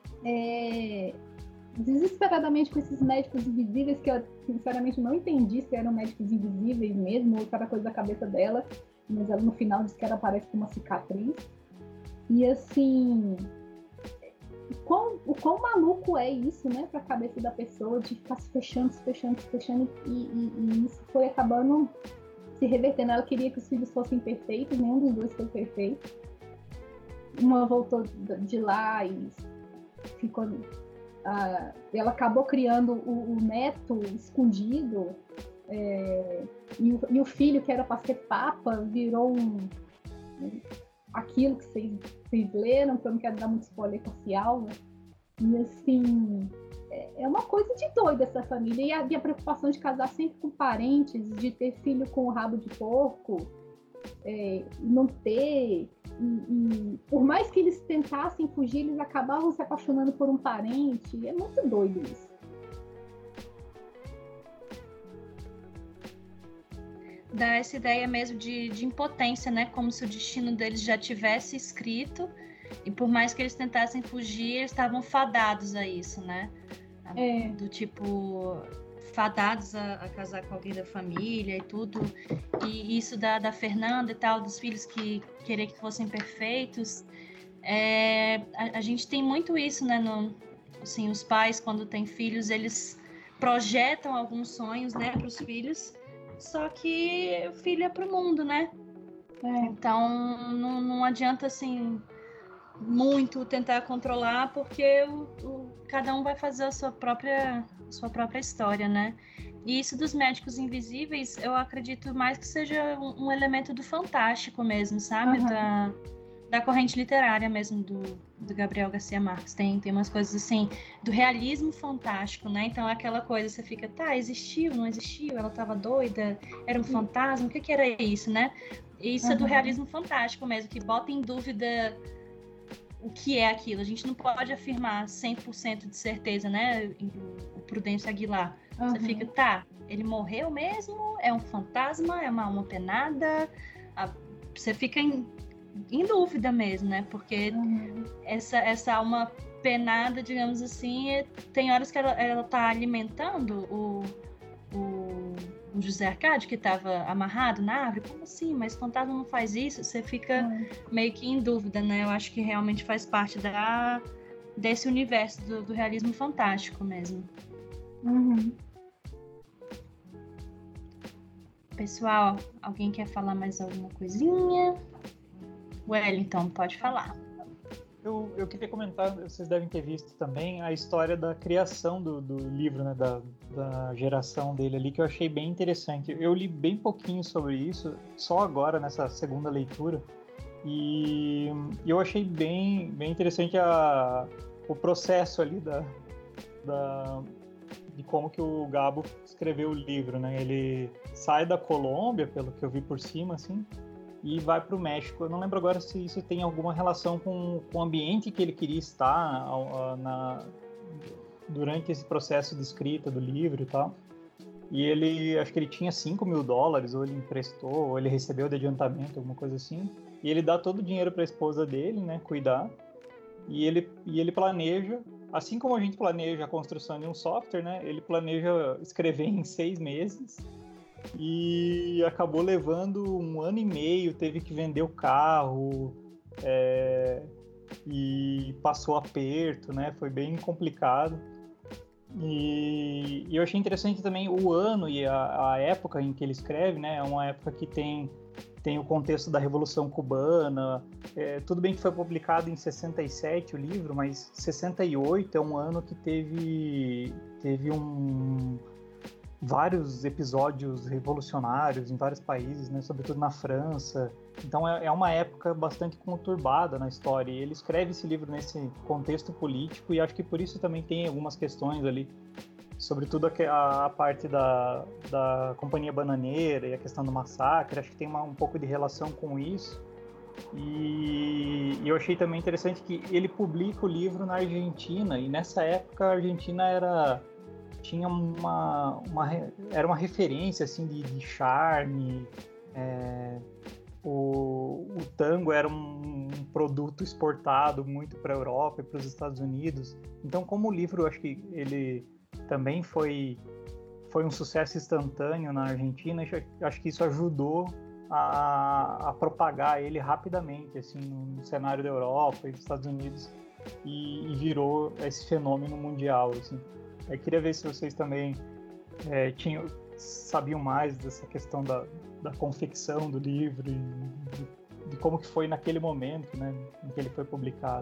é, desesperadamente com esses médicos invisíveis, que eu sinceramente não entendi se eram médicos invisíveis mesmo, ou se era coisa da cabeça dela, mas ela no final disse que ela parece com uma cicatriz. E assim, o quão, o quão maluco é isso, né, para a cabeça da pessoa, de ficar se fechando, se fechando, se fechando, e, e, e isso foi acabando se revertendo. Ela queria que os filhos fossem perfeitos, nenhum dos dois foi perfeito. Uma voltou de lá e ficou... Uh, ela acabou criando o, o neto escondido, é, e, o, e o filho, que era para ser papa, virou um, aquilo que vocês, vocês leram, que eu não quero dar muito spoiler parcial, né? E assim, é, é uma coisa de doido essa família. E a, e a preocupação de casar sempre com parentes, de ter filho com o rabo de porco, é, não ter... E, e, por mais que eles tentassem fugir, eles acabavam se apaixonando por um parente. É muito doido isso. Dá essa ideia mesmo de, de impotência, né? Como se o destino deles já tivesse escrito, e por mais que eles tentassem fugir, eles estavam fadados a isso, né? É. Do tipo... fadados a, a casar com alguém da família e tudo, e isso da, da Fernanda e tal, dos filhos que querer que fossem perfeitos, é, a, a gente tem muito isso, né, no, assim, os pais, quando têm filhos, eles projetam alguns sonhos, né, para os filhos, só que o filho é pro mundo, né, é. Então não, não adianta, assim, muito tentar controlar, porque o, o, cada um vai fazer a sua própria sua própria história, né? E isso dos médicos invisíveis, eu acredito mais que seja um, um elemento do fantástico mesmo, sabe? Uhum. Da, da corrente literária mesmo do, do Gabriel Garcia Marques. Tem, tem umas coisas assim, do realismo fantástico, né? Então aquela coisa, você fica, tá, existiu, não existiu? Ela tava doida? Era um fantasma? O que que era isso, né? E isso uhum. é do realismo fantástico mesmo, que bota em dúvida o que é aquilo. A gente não pode afirmar cem por cento de certeza, né? O Prudêncio Aguilar. Uhum. Você fica, tá, ele morreu mesmo? É um fantasma? É uma alma penada? Você fica em, em dúvida mesmo, né? Porque uhum. essa, essa alma penada, digamos assim, tem horas que ela, ela tá alimentando o, o, o José Arcádio, que estava amarrado na árvore. Como assim? Mas o fantasma não faz isso? Você fica uhum. meio que em dúvida, né? Eu acho que realmente faz parte da, desse universo do, do realismo fantástico mesmo. Uhum. Pessoal, alguém quer falar mais alguma coisinha? Wellington, pode falar. Eu, eu queria comentar, vocês devem ter visto também, a história da criação do, do livro, né, da, da geração dele ali, que eu achei bem interessante. Eu li bem pouquinho sobre isso, só agora, nessa segunda leitura, e eu achei bem, bem interessante a, o processo ali da, da, de como que o Gabo escreveu o livro, né? Ele sai da Colômbia, pelo que eu vi por cima, assim, e vai para o México. Eu não lembro agora se isso tem alguma relação com, com o ambiente que ele queria estar na, na, durante esse processo de escrita do livro e tal. E ele, acho que ele tinha cinco mil dólares, ou ele emprestou, ou ele recebeu de adiantamento, alguma coisa assim. E ele dá todo o dinheiro para a esposa dele, né, cuidar. E ele, e ele planeja, assim como a gente planeja a construção de um software, né, ele planeja escrever em seis meses. E acabou levando um ano e meio, teve que vender o carro, é, e passou aperto, né? Foi bem complicado. E, e eu achei interessante também o ano e a, a época em que ele escreve, né? É uma época que tem, tem o contexto da Revolução Cubana. É, tudo bem que foi publicado em sessenta e sete o livro, mas sessenta e oito é um ano que teve, teve um, vários episódios revolucionários em vários países, né? Sobretudo na França. Então é, é uma época bastante conturbada na história, e ele escreve esse livro nesse contexto político, e acho que por isso também tem algumas questões ali, sobretudo a, a parte da, da Companhia Bananeira e a questão do massacre. Acho que tem uma, um pouco de relação com isso. E, e eu achei também interessante que ele publica o livro na Argentina, e nessa época a Argentina era, tinha uma, uma, era uma referência assim, de, de charme. é, O, o tango era um, um produto exportado muito para a Europa e para os Estados Unidos. Então, como o livro, acho que ele também foi, foi um sucesso instantâneo na Argentina, acho que isso ajudou a, a propagar ele rapidamente assim, no cenário da Europa e dos Estados Unidos, e, e virou esse fenômeno mundial. Assim. Eu queria ver se vocês também é, tinham, sabiam mais dessa questão da da confecção do livro e de, de como que foi naquele momento, né, em que ele foi publicado.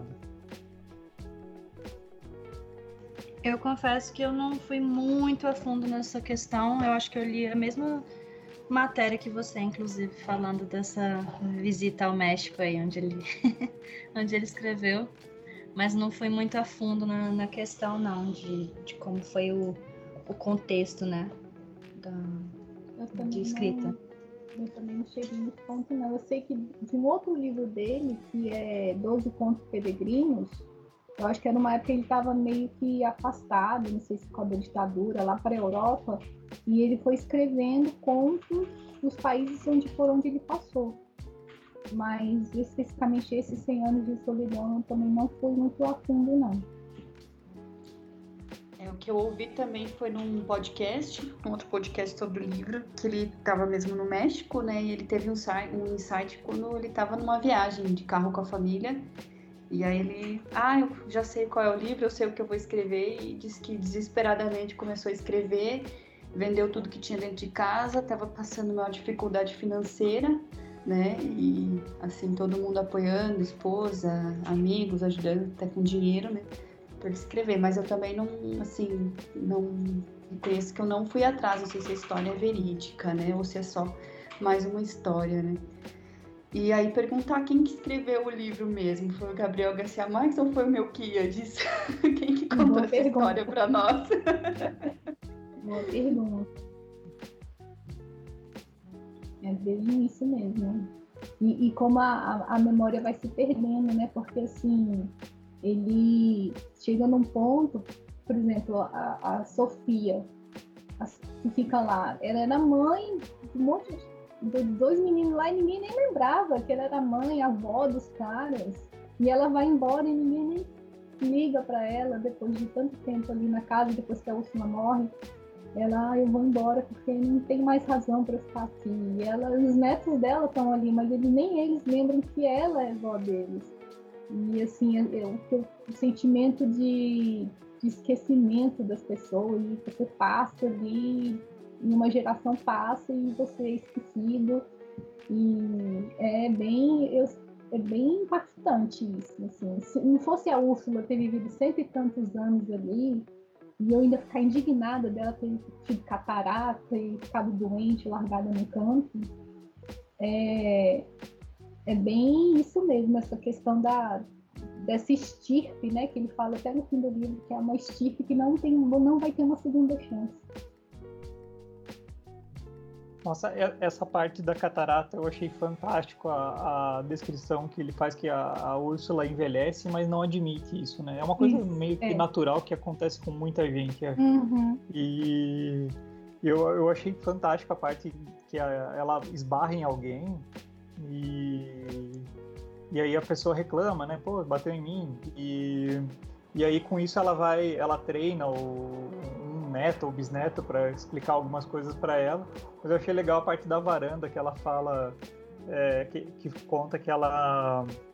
Eu confesso que eu não fui muito a fundo nessa questão. Eu acho que eu li a mesma matéria que você, inclusive, falando dessa visita ao México aí, onde ele, onde ele escreveu, mas não fui muito a fundo na, na questão, não, de, de como foi o, o contexto, né, da, de escrita. Não... Eu também não cheguei nesse ponto, não. Eu sei que de um outro livro dele, que é doze Contos Peregrinos, eu acho que era numa época que ele estava meio que afastado, não sei se com a ditadura, lá para a Europa, e ele foi escrevendo contos dos países onde, por onde ele passou. Mas, especificamente, esses cem anos de solidão, eu também não fui muito a fundo, não. É, o que eu ouvi também foi num podcast, um outro podcast sobre o livro, que ele estava mesmo no México, né? E ele teve um, um insight quando ele estava numa viagem de carro com a família. E aí ele, ah, eu já sei qual é o livro, eu sei o que eu vou escrever. E disse que desesperadamente começou a escrever, vendeu tudo que tinha dentro de casa, estava passando uma dificuldade financeira, né? E assim, todo mundo apoiando, esposa, amigos, ajudando até com dinheiro, né? Para escrever, mas eu também não, assim, não reconheço que eu não fui atrás, não sei se a história é verídica, né, ou se é só mais uma história, né. E aí perguntar quem que escreveu o livro mesmo, foi o Gabriel Garcia Marques ou foi o Melquíades? Quem que contou Boa essa pergunta. história para nós? Boa pergunta. É bem isso mesmo. E, e como a, a memória vai se perdendo, né, porque assim... ele chega num ponto, por exemplo, a, a Sofia, a, que fica lá, ela era mãe de um monte de dois meninos lá e ninguém nem lembrava que ela era mãe, avó dos caras, e ela vai embora e ninguém nem liga para ela depois de tanto tempo ali na casa, depois que a Úrsula morre. Ela, ah, eu vou embora porque não tem mais razão para ficar aqui. E ela, os netos dela estão ali, mas eles, nem eles lembram que ela é avó deles. E assim, é, é, o, o sentimento de, de esquecimento das pessoas, e você passa ali, e uma geração passa e você é esquecido. E é bem, eu, é bem impactante isso. Assim. Se não fosse a Úrsula ter vivido cento e tantos anos ali, e eu ainda ficar indignada dela ter tido catarata e ficado doente, largada no canto, é... É bem isso mesmo, essa questão da, dessa estirpe, né? Que ele fala até no fim do livro, que é uma estirpe que não, tem, não vai ter uma segunda chance. Nossa, essa parte da catarata eu achei fantástico, a, a descrição que ele faz, que a, a Úrsula envelhece, mas não admite isso, né? É uma coisa isso, meio que é. natural que acontece com muita gente. Uhum. E eu, eu achei fantástico a parte que a, ela esbarra em alguém, E, e aí a pessoa reclama, né? Pô, bateu em mim. E, e aí com isso ela vai, ela treina o, um neto ou bisneto para explicar algumas coisas para ela. Mas eu achei legal a parte da varanda que ela fala, é, que, que conta que ela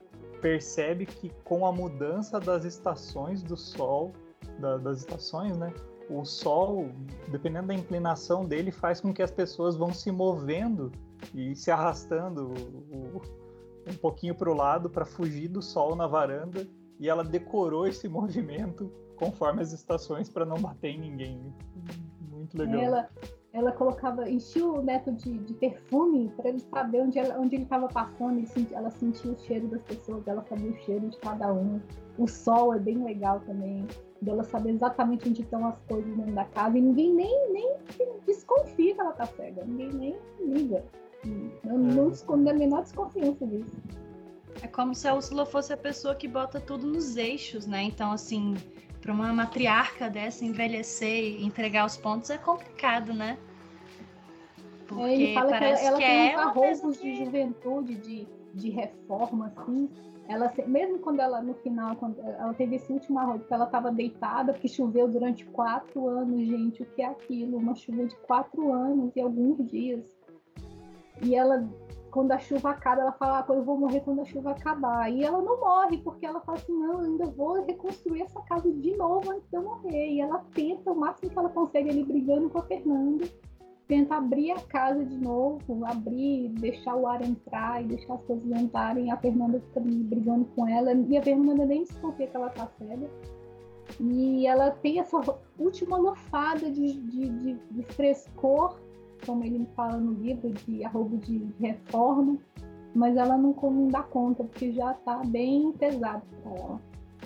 percebe que com a mudança das estações do Sol, da, das estações, né? O Sol, dependendo da inclinação dele, faz com que as pessoas vão se movendo e se arrastando o, o, um pouquinho para o lado para fugir do Sol na varanda. E ela decorou esse movimento conforme as estações para não bater em ninguém. Muito legal. Ela, ela colocava, enchia o neto de, de perfume para ele saber onde, ela, onde ele estava passando. Ele sentia, ela sentia o cheiro das pessoas, ela sabia o cheiro de cada um. O sol é bem legal também, dela saber exatamente onde estão as coisas dentro da casa. E ninguém nem, nem desconfia que ela tá cega, ninguém nem liga. Eu não escondo a menor desconfiança disso. É como se a Úrsula fosse a pessoa que bota tudo nos eixos, né? Então, assim, para uma matriarca dessa envelhecer e entregar os pontos é complicado, né? Porque é, ele fala que ela, ela que tem é uns arroubos que... de juventude, de, de reforma, assim. Ela, mesmo quando ela, no final, quando ela teve esse último arrobo, que ela estava deitada, porque choveu durante quatro anos, gente, o que é aquilo? Uma chuva de quatro anos e alguns dias. E ela... quando a chuva acaba, ela fala, ah, eu vou morrer quando a chuva acabar. E ela não morre, porque ela fala assim, não, eu ainda vou reconstruir essa casa de novo antes de eu morrer. E ela tenta o máximo que ela consegue ali, brigando com a Fernanda. Tenta abrir a casa de novo, abrir, deixar o ar entrar e deixar as coisas entrarem. A Fernanda fica ali brigando com ela. E a Fernanda nem desconfia que ela tá cega. E ela tem essa última lofada de, de, de, de frescor, como ele fala no livro, de arrobo de reforma, mas ela não, não dá conta, porque já está bem pesado para ela.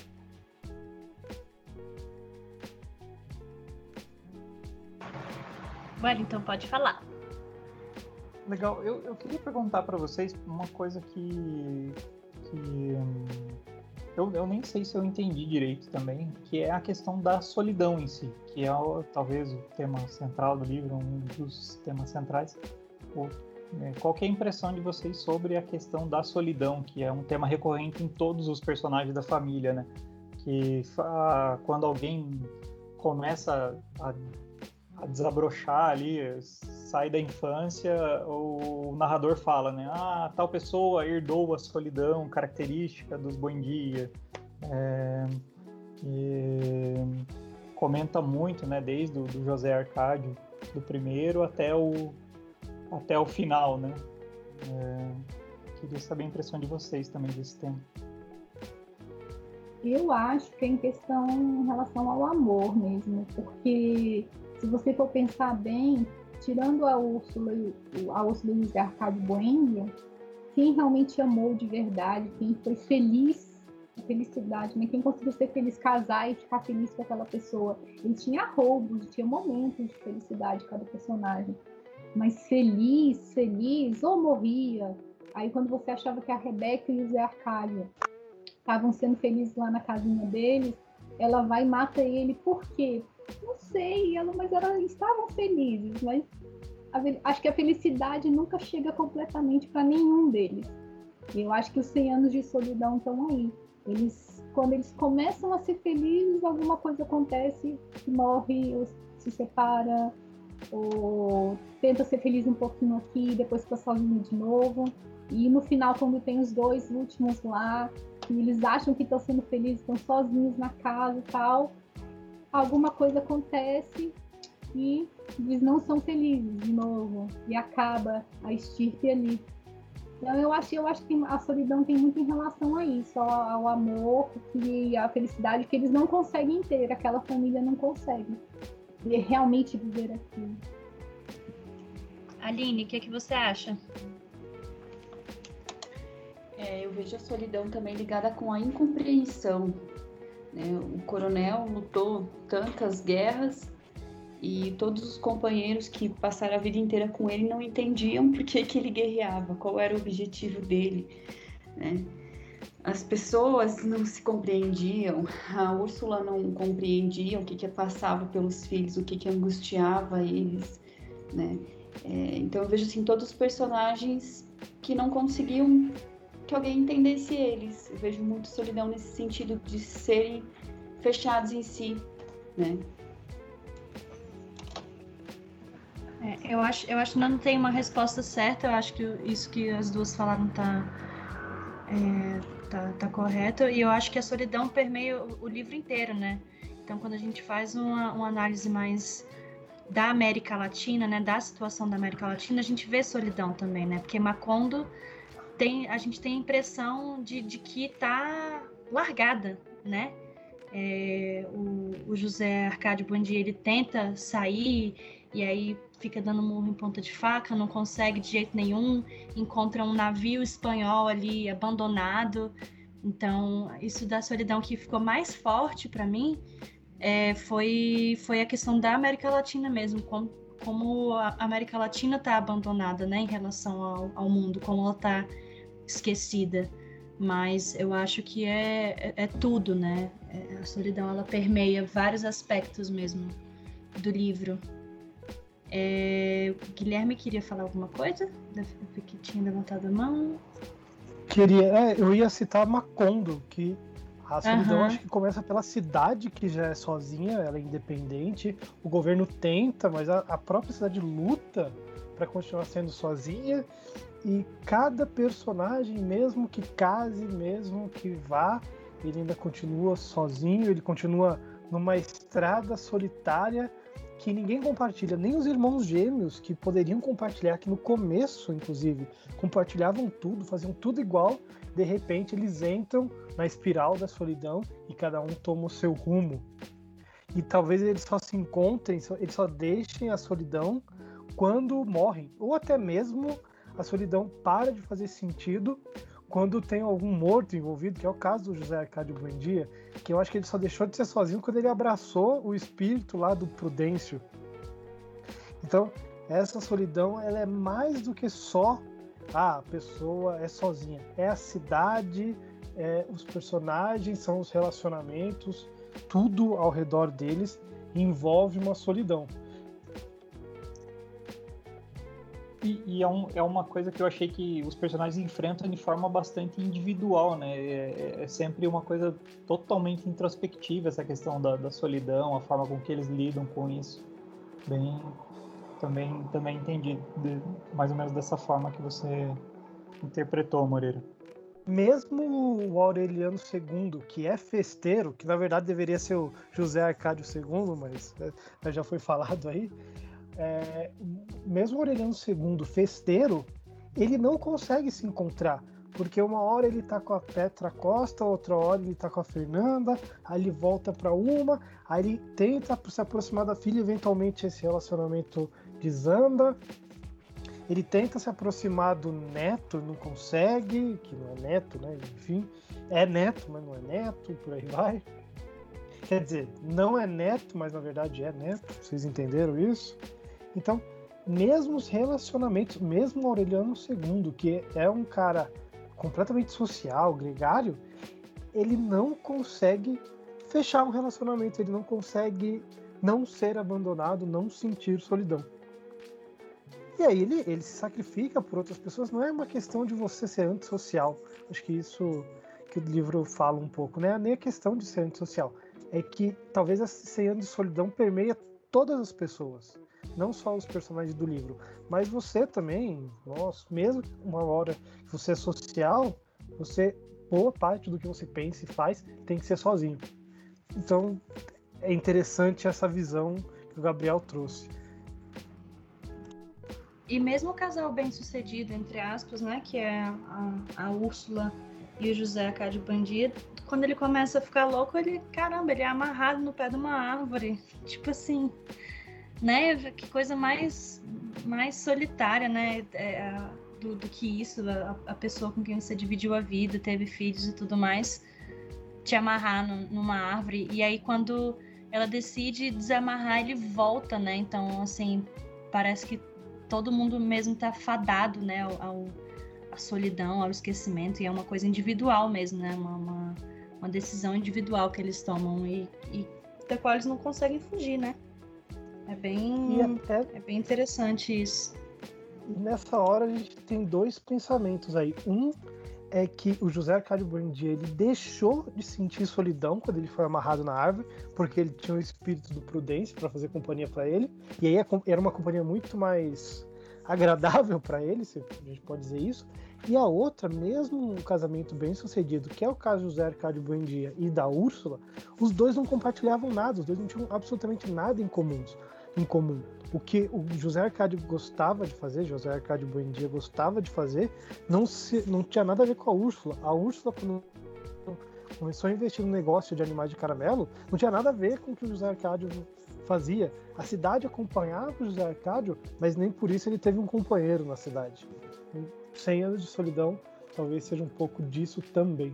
Wellington, pode falar. Legal, eu, eu queria perguntar para vocês uma coisa que, que hum, eu, eu nem sei se eu entendi direito também, que é a questão da solidão em si, que é talvez o tema central do livro, um dos temas centrais. O, é, qual que é a impressão de vocês sobre a questão da solidão, que é um tema recorrente em todos os personagens da família, né? Que a, quando alguém começa a, a desabrochar ali, sai da infância, o narrador fala, né? Ah, tal pessoa herdou a solidão característica dos Buendia. É, e comenta muito, né? Desde o do José Arcádio, do primeiro até o, até o final, né? É, queria saber a impressão de vocês também desse tema. Eu acho que é em questão em relação ao amor mesmo, porque se você for pensar bem, tirando a Úrsula, a Úrsula e o José Arcádio Buendia, quem realmente amou de verdade, quem foi feliz, a felicidade, né? Quem conseguiu ser feliz, casar e ficar feliz com aquela pessoa. Ele tinha roubos, tinha momentos de felicidade cada personagem, mas feliz, feliz, ou morria. Aí quando você achava que a Rebeca e o José Arcádio estavam sendo felizes lá na casinha deles, ela vai e mata ele. Por quê? Não sei, ela, mas elas estavam felizes, mas a, acho que a felicidade nunca chega completamente para nenhum deles. E eu acho que os cem anos de solidão estão aí. Eles, quando eles começam a ser felizes, alguma coisa acontece, morre, ou se separa, ou tenta ser feliz um pouquinho aqui, depois fica sozinho de novo. E no final, quando tem os dois últimos lá, e eles acham que estão sendo felizes, estão sozinhos na casa e tal, alguma coisa acontece e eles não são felizes de novo, e acaba a estirpe ali. Então eu acho, eu acho que a solidão tem muito em relação a isso, ao, ao amor e à felicidade que eles não conseguem ter, aquela família não consegue realmente viver aquilo. Aline, o que, que você acha? É, eu vejo a solidão também ligada com a incompreensão. Né? O coronel lutou tantas guerras e todos os companheiros que passaram a vida inteira com ele não entendiam por que, que ele guerreava, qual era o objetivo dele. Né? As pessoas não se compreendiam, a Úrsula não compreendia o que, que passava pelos filhos, o que, que angustiava eles. Né? É, então eu vejo assim, todos os personagens que não conseguiam que alguém entendesse eles. Eu vejo muito solidão nesse sentido de serem fechados em si, né? É, eu acho, eu acho que não tem uma resposta certa. Eu acho que isso que as duas falaram tá, É, tá, tá correto. E eu acho que a solidão permeia o, o livro inteiro, né? Então, quando a gente faz uma, uma análise mais da América Latina, né, da situação da América Latina, a gente vê solidão também, né? Porque Macondo tem, a gente tem a impressão de, de que tá largada, né? É, o, o José Arcádio Buendia, ele tenta sair e aí fica dando murro em ponta de faca, não consegue de jeito nenhum, encontra um navio espanhol ali abandonado. Então, isso da solidão que ficou mais forte para mim é, foi, foi a questão da América Latina mesmo, como, como a América Latina está abandonada, né, em relação ao, ao mundo, como ela está esquecida. Mas eu acho que é, é, é tudo, né? A solidão, ela permeia vários aspectos mesmo do livro. É, Guilherme queria falar alguma coisa? Que tinha levantado a mão. Queria, é, eu ia citar Macondo, que a solidão Aham. acho que começa pela cidade, que já é sozinha, ela é independente. O governo tenta, mas a, a própria cidade luta para continuar sendo sozinha. E cada personagem, mesmo que case, mesmo que vá, ele ainda continua sozinho, ele continua numa estrada solitária que ninguém compartilha, nem os irmãos gêmeos que poderiam compartilhar, que no começo, inclusive, compartilhavam tudo, faziam tudo igual, de repente eles entram na espiral da solidão e cada um toma o seu rumo. E talvez eles só se encontrem, eles só deixem a solidão quando morrem, ou até mesmo a solidão para de fazer sentido quando tem algum morto envolvido, que é o caso do José Arcádio Buendia, que eu acho que ele só deixou de ser sozinho quando ele abraçou o espírito lá do Prudêncio. Então, essa solidão, ela é mais do que só ah, a pessoa é sozinha. É a cidade, é, os personagens, são os relacionamentos, tudo ao redor deles envolve uma solidão. E, e é, um, é uma coisa que eu achei que os personagens enfrentam de forma bastante individual, né? É, é sempre uma coisa totalmente introspectiva, essa questão da, da solidão, a forma com que eles lidam com isso. Bem, também, também entendi, de, mais ou menos dessa forma que você interpretou, Moreira. Mesmo o Aureliano segundo, que é festeiro, que na verdade deveria ser o José Arcádio segundo, mas é, já foi falado aí, É, mesmo o Aureliano segundo, festeiro, ele não consegue se encontrar, porque uma hora ele tá com a Petra Costa, outra hora ele tá com a Fernanda, aí ele volta para uma, aí ele tenta se aproximar da filha, eventualmente esse relacionamento desanda, ele tenta se aproximar do neto, não consegue, que não é neto, né, enfim, é neto, mas não é neto, por aí vai. Quer dizer, não é neto, mas na verdade é neto, vocês entenderam isso? Então, mesmo os relacionamentos, mesmo o Aureliano segundo, que é um cara completamente social, gregário, ele não consegue fechar um relacionamento, ele não consegue não ser abandonado, não sentir solidão. E aí ele, ele se sacrifica por outras pessoas, não é uma questão de você ser antissocial, acho que isso que o livro fala um pouco, né? Nem a questão de ser antissocial, é que talvez esse ano de solidão permeia todas as pessoas. Não só os personagens do livro, mas você também, nossa, mesmo uma hora que você é social, você, boa parte do que você pensa e faz tem que ser sozinho. Então, é interessante essa visão que o Gabriel trouxe. E mesmo o casal bem-sucedido, entre aspas, né, que é a, a Úrsula e o José Arcádio Buendia, quando ele começa a ficar louco, ele, caramba, ele é amarrado no pé de uma árvore, tipo assim... Né? Que coisa mais, mais solitária, né? É, do, do que isso, a, a pessoa com quem você dividiu a vida, teve filhos e tudo mais, te amarrar no, numa árvore. E aí, quando ela decide desamarrar, ele volta, né? Então, assim, parece que todo mundo mesmo tá fadado, né? Ao, ao, à solidão, ao esquecimento. E é uma coisa individual mesmo, né? Uma, uma, uma decisão individual que eles tomam e, e da qual eles não conseguem fugir, né? É bem, até, é bem interessante isso. Nessa hora a gente tem dois pensamentos aí. Um é que o José Arcádio Buendia, ele deixou de sentir solidão quando ele foi amarrado na árvore, porque ele tinha o espírito do Prudêncio para fazer companhia para ele. E aí era uma companhia muito mais agradável para ele, se a gente pode dizer isso. E a outra, mesmo um casamento bem sucedido, que é o caso do José Arcádio Buendia e da Úrsula, os dois não compartilhavam nada, os dois não tinham absolutamente nada em comum. Em comum. O que o José Arcádio gostava de fazer, José Arcádio Buendia gostava de fazer, não, se, não tinha nada a ver com a Úrsula. A Úrsula, quando começou a investir no negócio de animais de caramelo, não tinha nada a ver com o que o José Arcádio fazia. A cidade acompanhava o José Arcádio, mas nem por isso ele teve um companheiro na cidade. cem anos de solidão talvez seja um pouco disso também.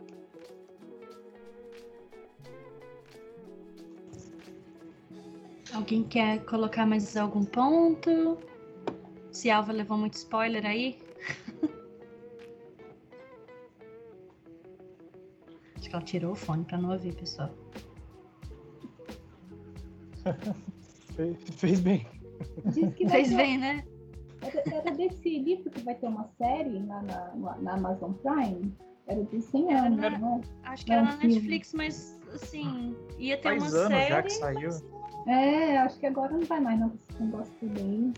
Alguém quer colocar mais algum ponto? Se a Alva levou muito spoiler aí? Acho que ela tirou o fone pra não ouvir, pessoal. Fez, fez bem. Diz que vai Fez ter- bem, né? Era, era desse livro que vai ter uma série na, na, na Amazon Prime? Era dos cem Era anos, na- não é? Acho que era É um na filme. Netflix, mas assim, ia ter Faz uma anos série. já que saiu. É, acho que agora não vai mais, não, com esse negócio também.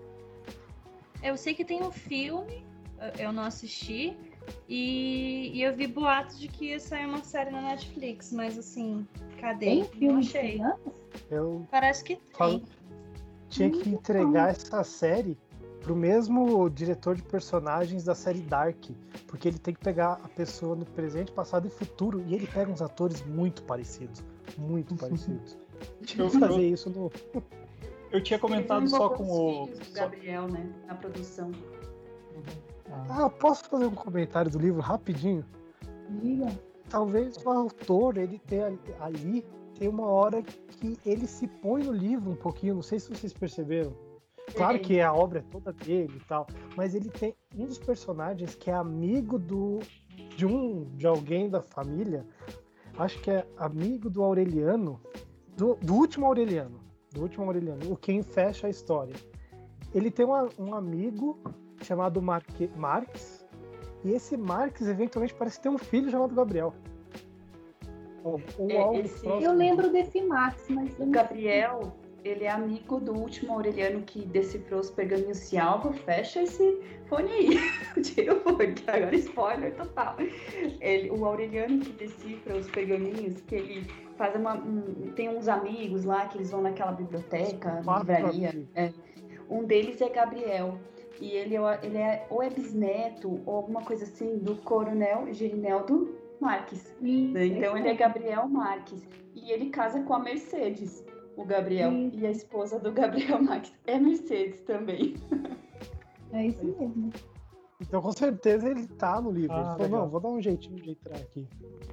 Eu sei que tem um filme, eu não assisti, e, e eu vi boatos de que ia sair uma série na Netflix, mas assim, cadê? Tem Não filme de achei. cem anos? Eu Parece que falo- tem. tinha que entregar essa série pro mesmo diretor de personagens da série Dark, porque ele tem que pegar a pessoa no presente, passado e futuro, e ele pega uns atores muito parecidos, muito parecidos. Tinha que fazer isso no... Eu tinha comentado Eles só invocam com os o. filhos do só- Gabriel, né? Na produção. Ah, Ah, posso fazer um comentário do livro rapidinho? Diga. Talvez o autor, ele tenha ali, tem uma hora que ele se põe no livro um pouquinho, não sei se vocês perceberam. Claro Tem. que a obra é toda dele e tal, mas ele tem um dos personagens que é amigo do de um de alguém da família, acho que é amigo do Aureliano, do, do último Aureliano, do último Aureliano, o quem fecha a história. Ele tem uma, um amigo chamado Marque, Marx, e esse Marx eventualmente parece ter um filho chamado Gabriel. Ou, ou É, algo esse- próximo. Eu lembro desse Max, mas eu O não Gabriel, ele é amigo do último Aureliano que decifrou os pergaminhos. Se algo, fecha esse fone aí. Tira o fone, que agora é spoiler total. Ele, o Aureliano que decifra os pergaminhos, que ele faz uma... Um, tem uns amigos lá que eles vão naquela biblioteca, Quatro livraria. amigos. É. Um deles é Gabriel. E ele, é- ele é ou é bisneto ou alguma coisa assim do coronel Gerineldo Marques. Isso, Né? Então esse ele é mesmo. Gabriel Marques. E ele casa com a Mercedes, o Gabriel. Isso. E a esposa do Gabriel Marques é Mercedes também. É isso mesmo. Então com certeza ele tá no livro. Ah, ele falou, legal. não, vou dar um jeitinho de entrar aqui.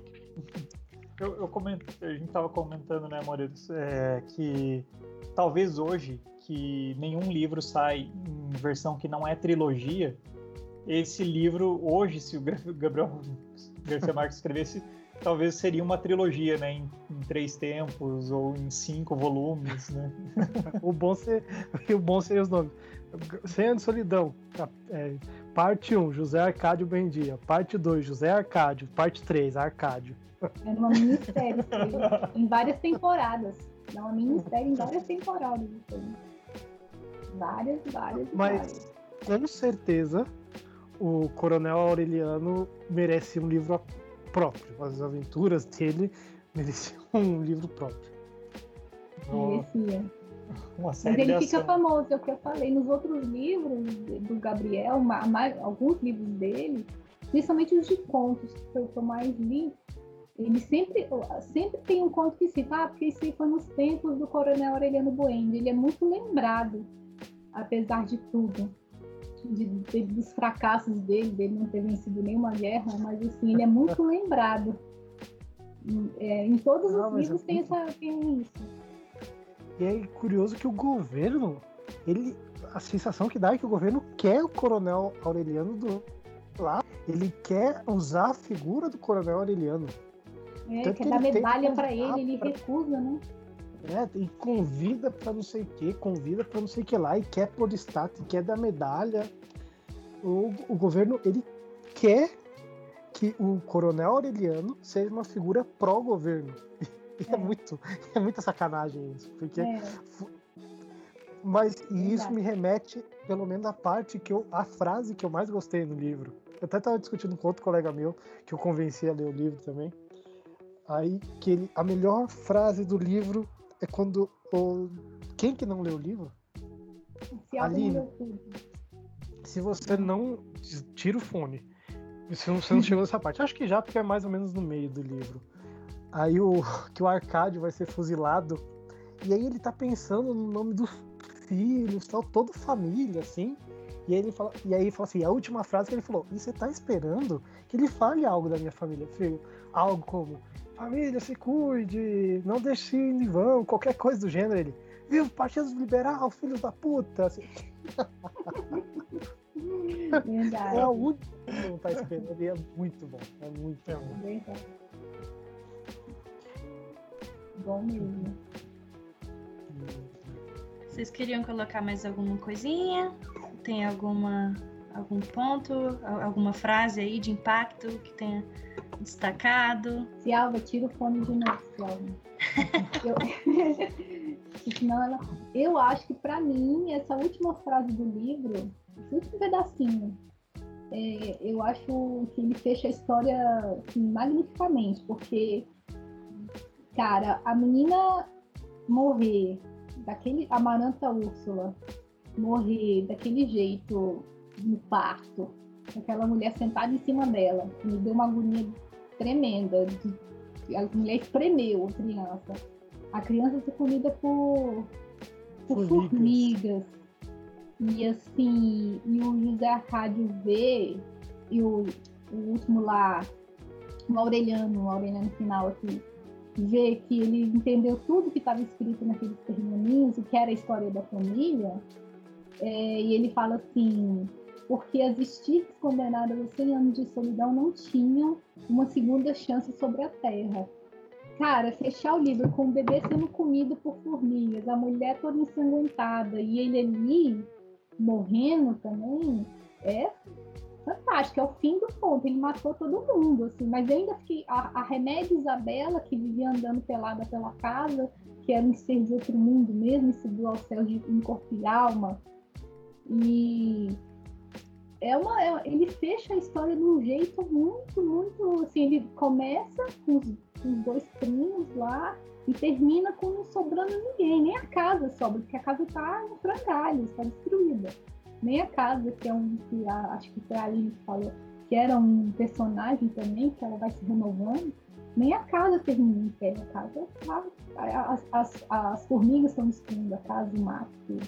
Eu, eu comento, a gente tava comentando, né, Morelos, é, que talvez hoje, que nenhum livro sai em versão que não é trilogia, esse livro, hoje, se o Gra- Gabriel Garcia Marques escrevesse, talvez seria uma trilogia, né, em, em três tempos ou em cinco volumes, né? O bom, ser, o bom seria os nomes. cem anos de solidão. É, parte um, José Arcádio Buendia. Parte dois, José Arcádio. Parte três, Arcádio. Era uma minissérie, foi em várias temporadas. Era uma minissérie em várias temporadas. Foi. Várias, várias, Mas- várias. Com certeza, o Coronel Aureliano merece um livro próprio. As aventuras dele mereciam um livro próprio. Merecia. Uma Mas série de ele fica ação. famoso, é o que eu falei. Nos outros livros do Gabriel, ma- ma- alguns livros dele, principalmente os de contos, que foi o que eu mais li, ele sempre, sempre tem um conto que cita, ah, porque isso aí foi nos tempos do Coronel Aureliano Buendia. Ele é muito lembrado, apesar de tudo. De, de- dos fracassos dele, dele não ter vencido nenhuma guerra, mas assim, ele é muito lembrado. É, em todos Não, os mas livros é tem, muito- essa, tem isso. E é curioso que o governo, ele, a sensação que dá é que o governo quer o Coronel Aureliano do lá. Ele quer usar a figura do Coronel Aureliano. É, Tanto quer que dar ele tenta medalha pra convidar ele, ele pra- recusa, né? Né? E convida pra não sei o que, convida pra não sei o que lá, e quer pôr estátua, e quer dar medalha. O, o governo, ele quer que o Coronel Aureliano seja uma figura pró-governo. E é, É. muito, é muita sacanagem isso, porque É. Mas e isso me remete, pelo menos, à parte que eu, a frase que eu mais gostei no livro. Eu até estava discutindo com outro colega meu, que eu convenci a ler o livro também. Aí, que ele, a melhor frase do livro é quando o... Quem que não leu o livro? Se Aline, se você não... Tira o fone. Se você não chegou nessa parte. Acho que já, porque é mais ou menos no meio do livro. Aí o, que o Arcádio vai ser fuzilado. E aí ele tá pensando no nome dos filhos, tal, toda família, assim. E aí ele fala, e aí ele fala assim, a última frase que ele falou, e você tá esperando que ele fale algo da minha família, filho? Algo como, família, se cuide, não deixe ir em vão, qualquer coisa do gênero. Ele, viu, Partido Liberal, filhos da puta. Assim. Verdade. É a única que não tá esperando e é muito bom. É muito É bom. verdade. Bom mesmo. Vocês queriam colocar mais alguma coisinha? Tem alguma, algum ponto, alguma frase aí de impacto que tenha destacado? Cialva, tira o fone de novo, Cialva. Eu... Senão ela... eu acho que, pra mim, essa última frase do livro, esse último pedacinho, é, eu acho que ele fecha a história assim, magnificamente, porque, cara, a menina morrer, daquele Amaranta Úrsula, morrer daquele jeito no parto, aquela mulher sentada em cima dela, me deu uma agonia tremenda. De, a mulher espremeu a criança. A criança foi comida por, por formigas. formigas. E assim, e o José Arcádio vê, e o, o último lá, o Aureliano, o Aureliano final aqui, vê que ele entendeu tudo que estava escrito naqueles pergaminhos, o que era a história da família, é, e ele fala assim, porque as estirpes condenadas a cem anos de solidão não tinham uma segunda chance sobre a terra. Cara, fechar o livro com o bebê sendo comido por formigas, a mulher toda ensanguentada, e ele ali, morrendo também, é fantástico, é o fim do ponto, ele matou todo mundo, assim, mas eu ainda fiquei, a, a Remédio Isabela, que vivia andando pelada pela casa, que era um ser de outro mundo mesmo, e subiu ao céu de, em corpo e alma, e é uma, é, ele fecha a história de um jeito muito, muito, assim, ele começa com os, com os dois primos lá, e termina com não sobrando ninguém, nem a casa sobra, porque a casa tá em frangalhos, tá destruída. Nem a casa, que é um, que a, acho que foi a Aline que falou, que era um personagem também, que ela vai se renovando, nem a casa termina em pé, a casa tá, as, as, as formigas estão destruindo a casa, o mato, tudo.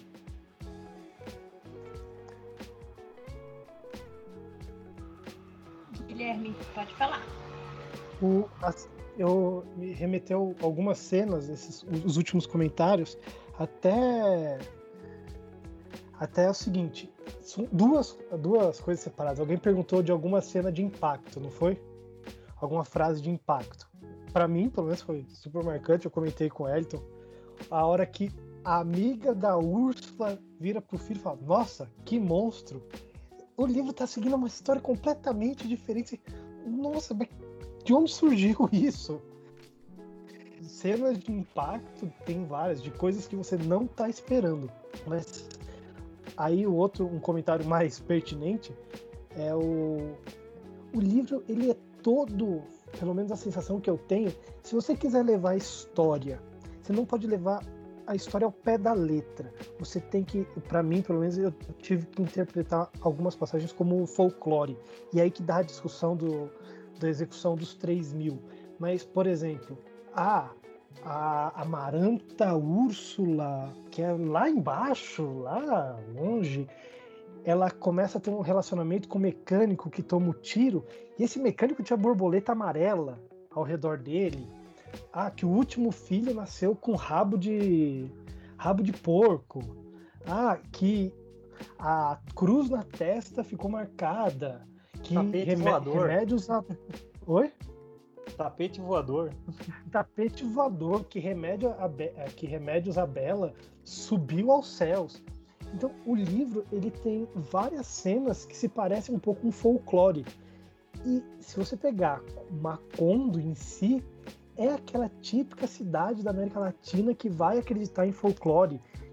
Guilherme, pode falar. O, as, eu me remeteu algumas cenas, esses, os últimos comentários, até... Até o seguinte, são duas, duas coisas separadas. Alguém perguntou de alguma cena de impacto, não foi? Alguma frase de impacto. Para mim, pelo menos, foi super marcante. Eu comentei com o Elton. A hora que a amiga da Úrsula vira pro filho e fala, nossa, que monstro. O livro tá seguindo uma história completamente diferente. Nossa, mas de onde surgiu isso? Cenas de impacto tem várias, de coisas que você não tá esperando. Mas... Aí o outro, um comentário mais pertinente, é o... O livro, ele é todo, pelo menos a sensação que eu tenho, se você quiser levar a história, você não pode levar a história ao pé da letra. Você tem que, pra mim, pelo menos, eu tive que interpretar algumas passagens como folclore. E aí que dá a discussão do, da execução dos três mil. Mas, por exemplo, a... a Amaranta Úrsula, que é lá embaixo, lá longe, ela começa a ter um relacionamento com o mecânico que toma o tiro, e esse mecânico tinha borboleta amarela ao redor dele. Ah, que o último filho nasceu com rabo de rabo de porco. Ah, que a cruz na testa ficou marcada. Que Tapete remé- voador. remédios a... Oi? Tapete voador. Tapete voador, que, remédio a Be- que remédios a Bela subiu aos céus. Então, o livro ele tem várias cenas que se parecem um pouco com folclore. E se você pegar Macondo em si, é aquela típica cidade da América Latina que vai acreditar em folclore,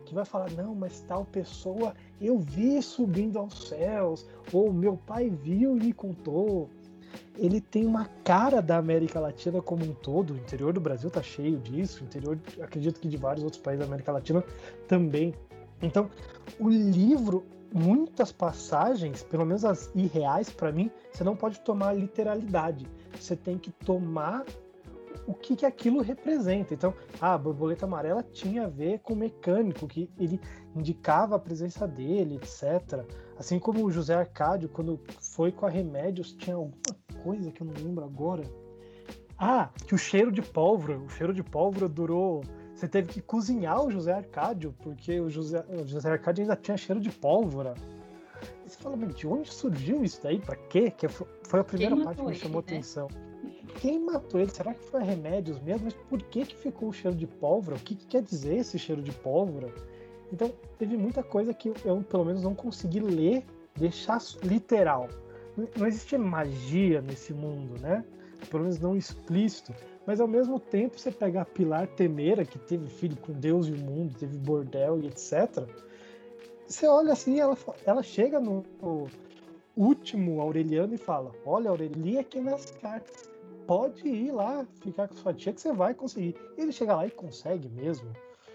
que vai falar, não, mas tal pessoa eu vi subindo aos céus, ou meu pai viu e me contou. Ele tem uma cara da América Latina como um todo. O interior do Brasil tá cheio disso, o interior, acredito que de vários outros países da América Latina também. Então, o livro, muitas passagens, pelo menos as irreais para mim, você não pode tomar literalidade. Você tem que tomar o que, que aquilo representa. Então, ah, a borboleta amarela tinha a ver com o mecânico, que ele indicava a presença dele, etcétera. Assim como o José Arcádio, quando foi com a Remédios, tinha alguma coisa que eu não lembro agora. Ah, que o cheiro de pólvora, o cheiro de pólvora durou... Você teve que cozinhar o José Arcádio, porque o José, o José Arcádio ainda tinha cheiro de pólvora. E você fala, mas de onde surgiu isso daí? Pra quê? Que foi a primeira Quem parte que me ele, chamou né? atenção. Quem matou ele? Será que foi Remédios mesmo? Mas por que que ficou o cheiro de pólvora? O que, que quer dizer esse cheiro de pólvora? Então, teve muita coisa que eu, pelo menos, não consegui ler, deixar literal. Não existe magia nesse mundo, né? Pelo menos não explícito. Mas, ao mesmo tempo, você pega a Pilar Temeira, que teve filho com Deus e o mundo, teve bordel e etcétera. Você olha assim, ela, ela chega no, no último Aureliano e fala, olha, Aureliano, li aqui nas cartas. Pode ir lá, ficar com sua tia que você vai conseguir. E ele chega lá e consegue mesmo.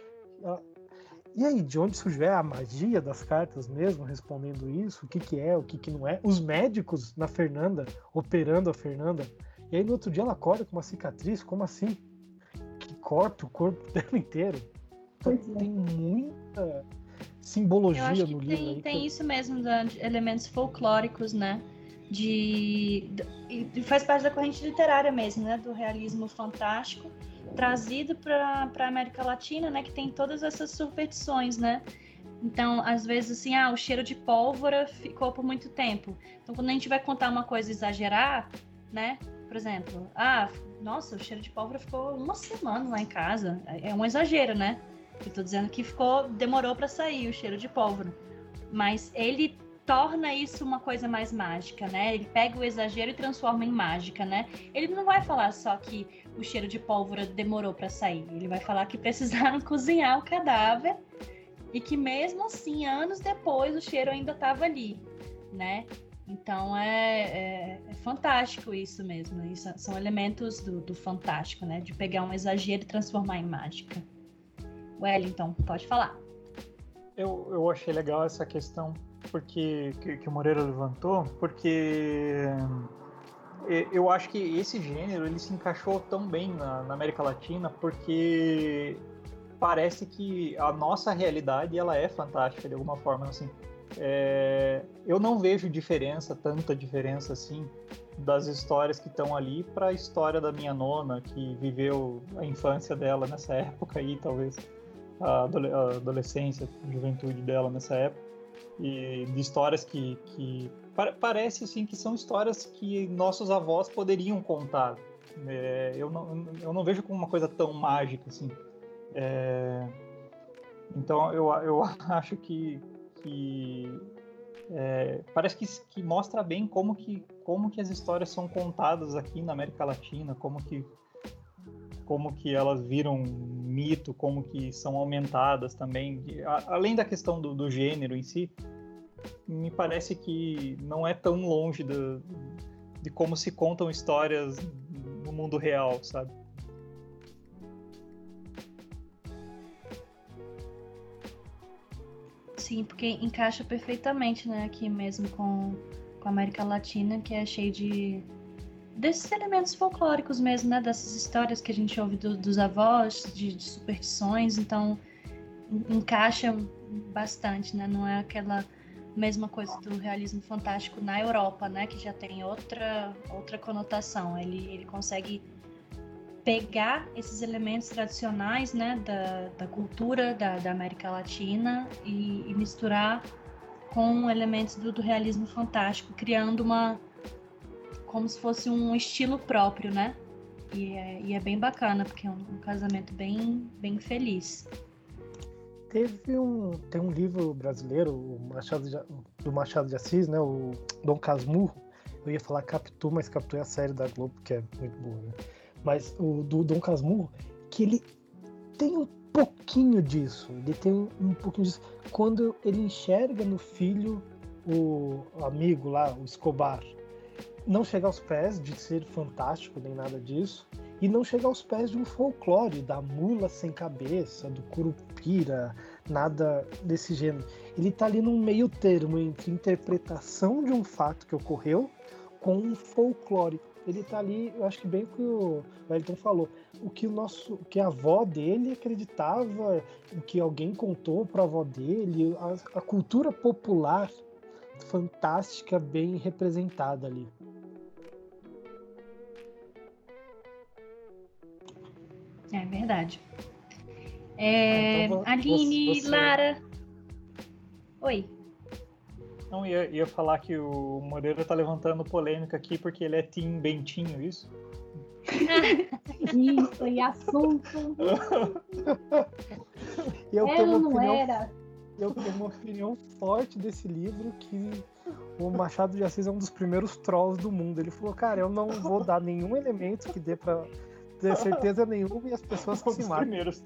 E aí, de onde surgiu a magia das cartas mesmo, respondendo isso? O que, que é, o que, que não é? Os médicos na Fernanda, operando a Fernanda. E aí, no outro dia, ela acorda com uma cicatriz. Como assim? Que corta o corpo dela inteiro. Então, Pois é. tem muita Eu simbologia acho que no livro. tem, aí, tem que... isso mesmo, da- de elementos folclóricos, né? De, de- e faz parte da corrente literária mesmo, né? Do realismo fantástico, trazido para a América Latina, né? Que tem todas essas superstições, né? Então, às vezes, assim, ah, o cheiro de pólvora ficou por muito tempo. Então, quando a gente vai contar uma coisa e exagerar, né? Por exemplo, ah, nossa, o cheiro de pólvora ficou uma semana lá em casa. É um exagero, né? Eu tô dizendo que ficou, demorou para sair o cheiro de pólvora. Mas ele torna isso uma coisa mais mágica, né? Ele pega o exagero e transforma em mágica, né? Ele não vai falar só que o cheiro de pólvora demorou para sair. Ele vai falar que precisaram cozinhar o cadáver e que mesmo assim, anos depois, o cheiro ainda estava ali, né? Então é, é, é fantástico isso mesmo. Isso são elementos do, do fantástico, né? De pegar um exagero e transformar em mágica. Wellington, pode falar. Eu, eu achei legal essa questão porque que, que o Moreira levantou, porque eu acho que esse gênero ele se encaixou tão bem na, na América Latina porque parece que a nossa realidade ela é fantástica de alguma forma, assim. É, eu não vejo diferença, tanta diferença assim, das histórias que estão ali para a história da minha nona, que viveu a infância dela nessa época aí, talvez a adolescência, a juventude dela nessa época, e de histórias que, que parece assim que são histórias que nossos avós poderiam contar. É, eu, não, eu não vejo como uma coisa tão mágica assim. É, então eu, eu acho que, que é, parece que, que mostra bem como que, como que as histórias são contadas aqui na América Latina, como que como que elas viram mito, como que são aumentadas também. A, além da questão do, do gênero em si, me parece que não é tão longe do, de como se contam histórias no mundo real, sabe? Sim, porque encaixa perfeitamente, né, aqui mesmo com, com a América Latina, que é cheio de desses elementos folclóricos mesmo, né, dessas histórias que a gente ouve do, dos avós, de, de superstições, então encaixa bastante, né, não é aquela mesma coisa do realismo fantástico na Europa, né, que já tem outra, outra conotação, ele, ele consegue pegar esses elementos tradicionais, né, da, da cultura da, da América Latina e, e misturar com elementos do, do realismo fantástico, criando uma como se fosse um estilo próprio, né? E é, e é bem bacana, porque é um, um casamento bem, bem feliz. Teve um, tem um livro brasileiro, o Machado de, do Machado de Assis, né? O Dom Casmurro. Eu ia falar Capitu, mas Capitu é a série da Globo, que é muito boa, né? Mas o do Dom Casmurro, que ele tem um pouquinho disso. Ele tem um, um pouquinho disso. Quando ele enxerga no filho o amigo lá, o Escobar, não chega aos pés de ser fantástico nem nada disso, e não chega aos pés de um folclore da mula sem cabeça, do curupira, nada desse gênero. Ele está ali num meio termo entre interpretação de um fato que ocorreu com um folclore. Ele está ali, eu acho que bem o que o Wellington falou, o que, o nosso, o que a avó dele acreditava, o que alguém contou para a avó dele, a, a cultura popular fantástica bem representada ali. É verdade. É, ah, então, Aline, você... Lara. Oi. Não, ia, ia falar que o Moreira tá levantando polêmica aqui porque ele é Tim Bentinho, isso? Isso, e assunto. eu era tenho ou uma não opinião, era? Eu tenho uma opinião forte desse livro, que o Machado de Assis é um dos primeiros trolls do mundo. Ele falou, cara, eu não vou dar nenhum elemento que dê pra ter certeza nenhuma e as pessoas que se matam. Primeiros.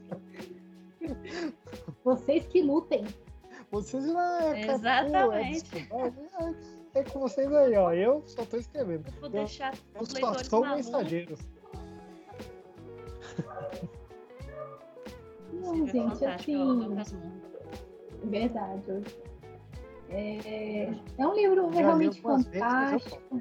Vocês que lutem. Vocês ah, Exatamente. Pô, é, é, é com vocês aí, ó. Eu só tô escrevendo. Eu vou deixar eu, os eu só leitores sou malucos. mensageiro. Não, É gente, fantástico, eu adoro assim. Casmurro. Verdade. É, é um livro Já realmente li algumas vezes, mas eu fantástico.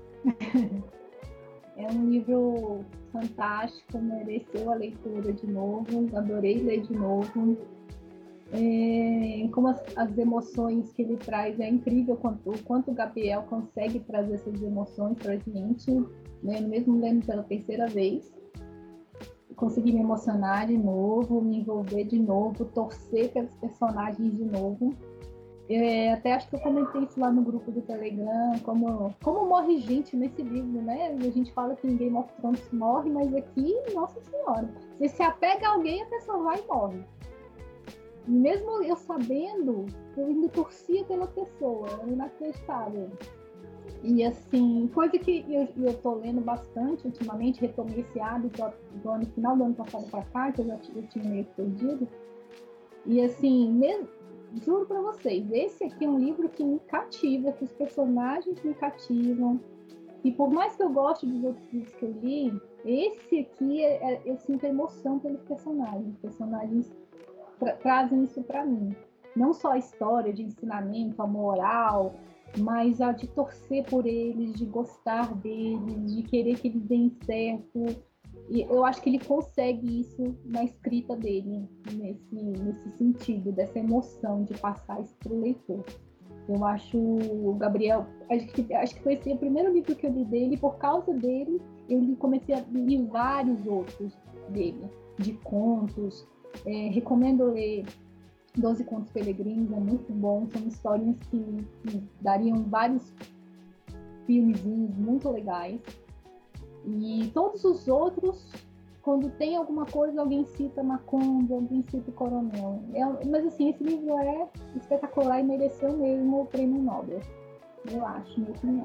É um livro fantástico, mereceu a leitura de novo, adorei ler de novo. É, como as, as emoções que ele traz, é incrível quanto, o quanto o Gabriel consegue trazer essas emoções pra gente, né? Mesmo lendo pela terceira vez. Consegui me emocionar de novo, me envolver de novo, torcer pelos personagens de novo. É, até acho que eu comentei isso lá no grupo do Telegram, como, como morre gente nesse livro, né? A gente fala que em Game of Thrones morre, mas aqui, nossa senhora, se se apega a alguém, a pessoa vai e morre. E mesmo eu sabendo, eu ainda torcia pela pessoa, era inacreditável. E assim, coisa que eu, eu tô lendo bastante ultimamente, retomei esse hábito do ano, final do ano passado para cá, que eu já eu tinha meio perdido. E assim, mesmo, juro para vocês, esse aqui é um livro que me cativa, que os personagens me cativam. E por mais que eu goste dos outros livros que eu li, esse aqui, é, é, eu sinto emoção pelos personagens. Os personagens tra- trazem isso para mim. Não só a história de ensinamento, a moral, mas a de torcer por eles, de gostar deles, de querer que eles deem certo. E eu acho que ele consegue isso na escrita dele, nesse, nesse sentido, dessa emoção de passar isso para o leitor. Eu acho o Gabriel, acho que, acho que foi esse o primeiro livro que eu li dele, e por causa dele, eu li, comecei a ler vários outros dele, de contos. É, recomendo ler Doze Contos Peregrinos, é muito bom, são historinhas que, que dariam vários filmezinhos muito legais. E todos os outros, quando tem alguma coisa, alguém cita Macondo, alguém cita o Coronel. É, mas assim, esse livro é espetacular e mereceu mesmo o prêmio Nobel. Eu acho, minha opinião.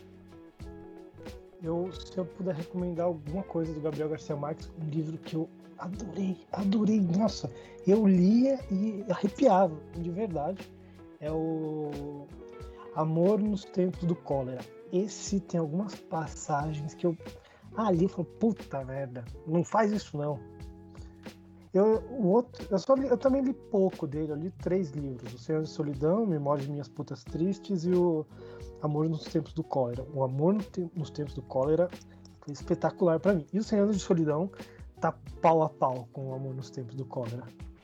Eu, se eu puder recomendar alguma coisa do Gabriel Garcia Marques, um livro que eu adorei, adorei, nossa, eu lia e arrepiava, de verdade, é o Amor nos Tempos do Cólera. Esse tem algumas passagens que eu ali falo, puta merda, não faz isso não. Eu, o outro, eu, só li, eu também li pouco dele, eu li três livros, O Senhor de Solidão, Memória de Minhas Putas Tristes e o Amor nos Tempos do Cólera. O Amor nos Tempos do Cólera foi espetacular pra mim. E O Senhor de Solidão tá pau a pau com O Amor nos Tempos do Cólera.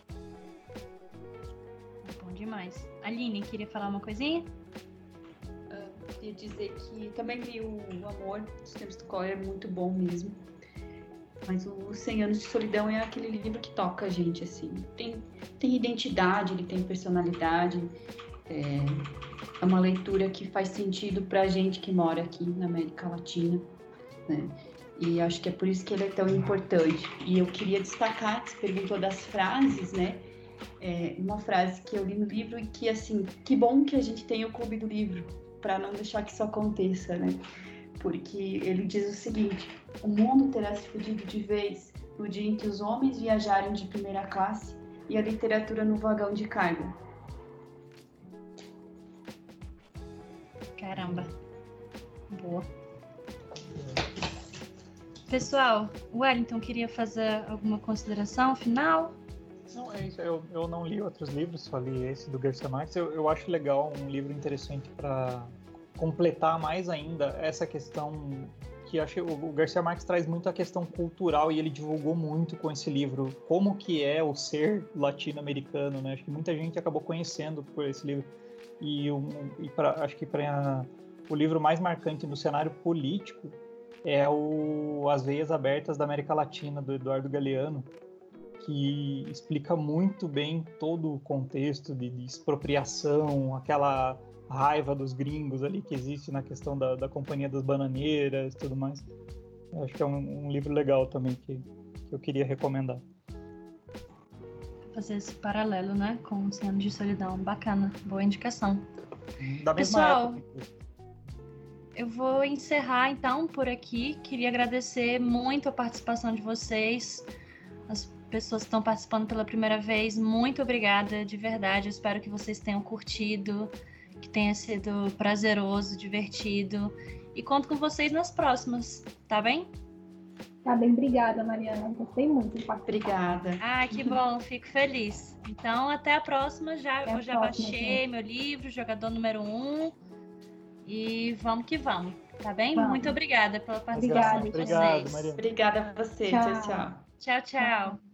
Bom demais. Aline, queria falar uma coisinha? Uh, queria dizer que também li o Amor dos Tempos do Cólera, é muito bom mesmo. Mas o cem Anos de Solidão é aquele livro que toca a gente, assim. Tem, tem identidade, ele tem personalidade. É, é uma leitura que faz sentido pra gente que mora aqui na América Latina, né? E acho que é por isso que ele é tão importante. E eu queria destacar, você perguntou das frases, né? É, uma frase que eu li no livro e que, assim, que bom que a gente tem o Clube do Livro, para não deixar que isso aconteça, né? Porque ele diz o seguinte: o mundo terá se fudido de vez, no dia em que os homens viajaram de primeira classe e a literatura no vagão de carga. Caramba. Boa. Pessoal, o Wellington queria fazer alguma consideração final? Não, é isso. Eu, eu não li outros livros, só li esse do Garcia Marques. Eu, eu acho legal, um livro interessante para completar mais ainda essa questão que eu acho que o Garcia Marques traz muito a questão cultural e ele divulgou muito com esse livro como que é o ser latino-americano, né? Acho que muita gente acabou conhecendo por esse livro e, um, e pra, acho que para o livro mais marcante no cenário político é o As Veias Abertas da América Latina, do Eduardo Galeano, que explica muito bem todo o contexto de, de expropriação, aquela raiva dos gringos ali que existe na questão da, da Companhia das Bananeiras e tudo mais. Eu acho que é um, um livro legal também que, que eu queria recomendar. Fazer esse paralelo, né, com o Cem Anos de Solidão. Bacana, boa indicação. Da mesma Pessoal, época. eu vou encerrar então por aqui. Queria agradecer muito a participação de vocês, as pessoas que estão participando pela primeira vez. Muito obrigada, de verdade. Eu espero que vocês tenham curtido, que tenha sido prazeroso, divertido. E conto com vocês nas próximas, tá bem? Tá bem, obrigada, Mariana. Gostei muito de participar. Obrigada. Ah, que bom, fico feliz. Então, até a próxima. Já, Até a eu já próxima, baixei gente. meu livro, Jogador Número um. E vamos que vamos, tá bem? Vamos. Muito obrigada pela participação Obrigada. de Obrigado, vocês. Mariana. Obrigada a você. Tchau. Tchau, tchau. Tchau, tchau.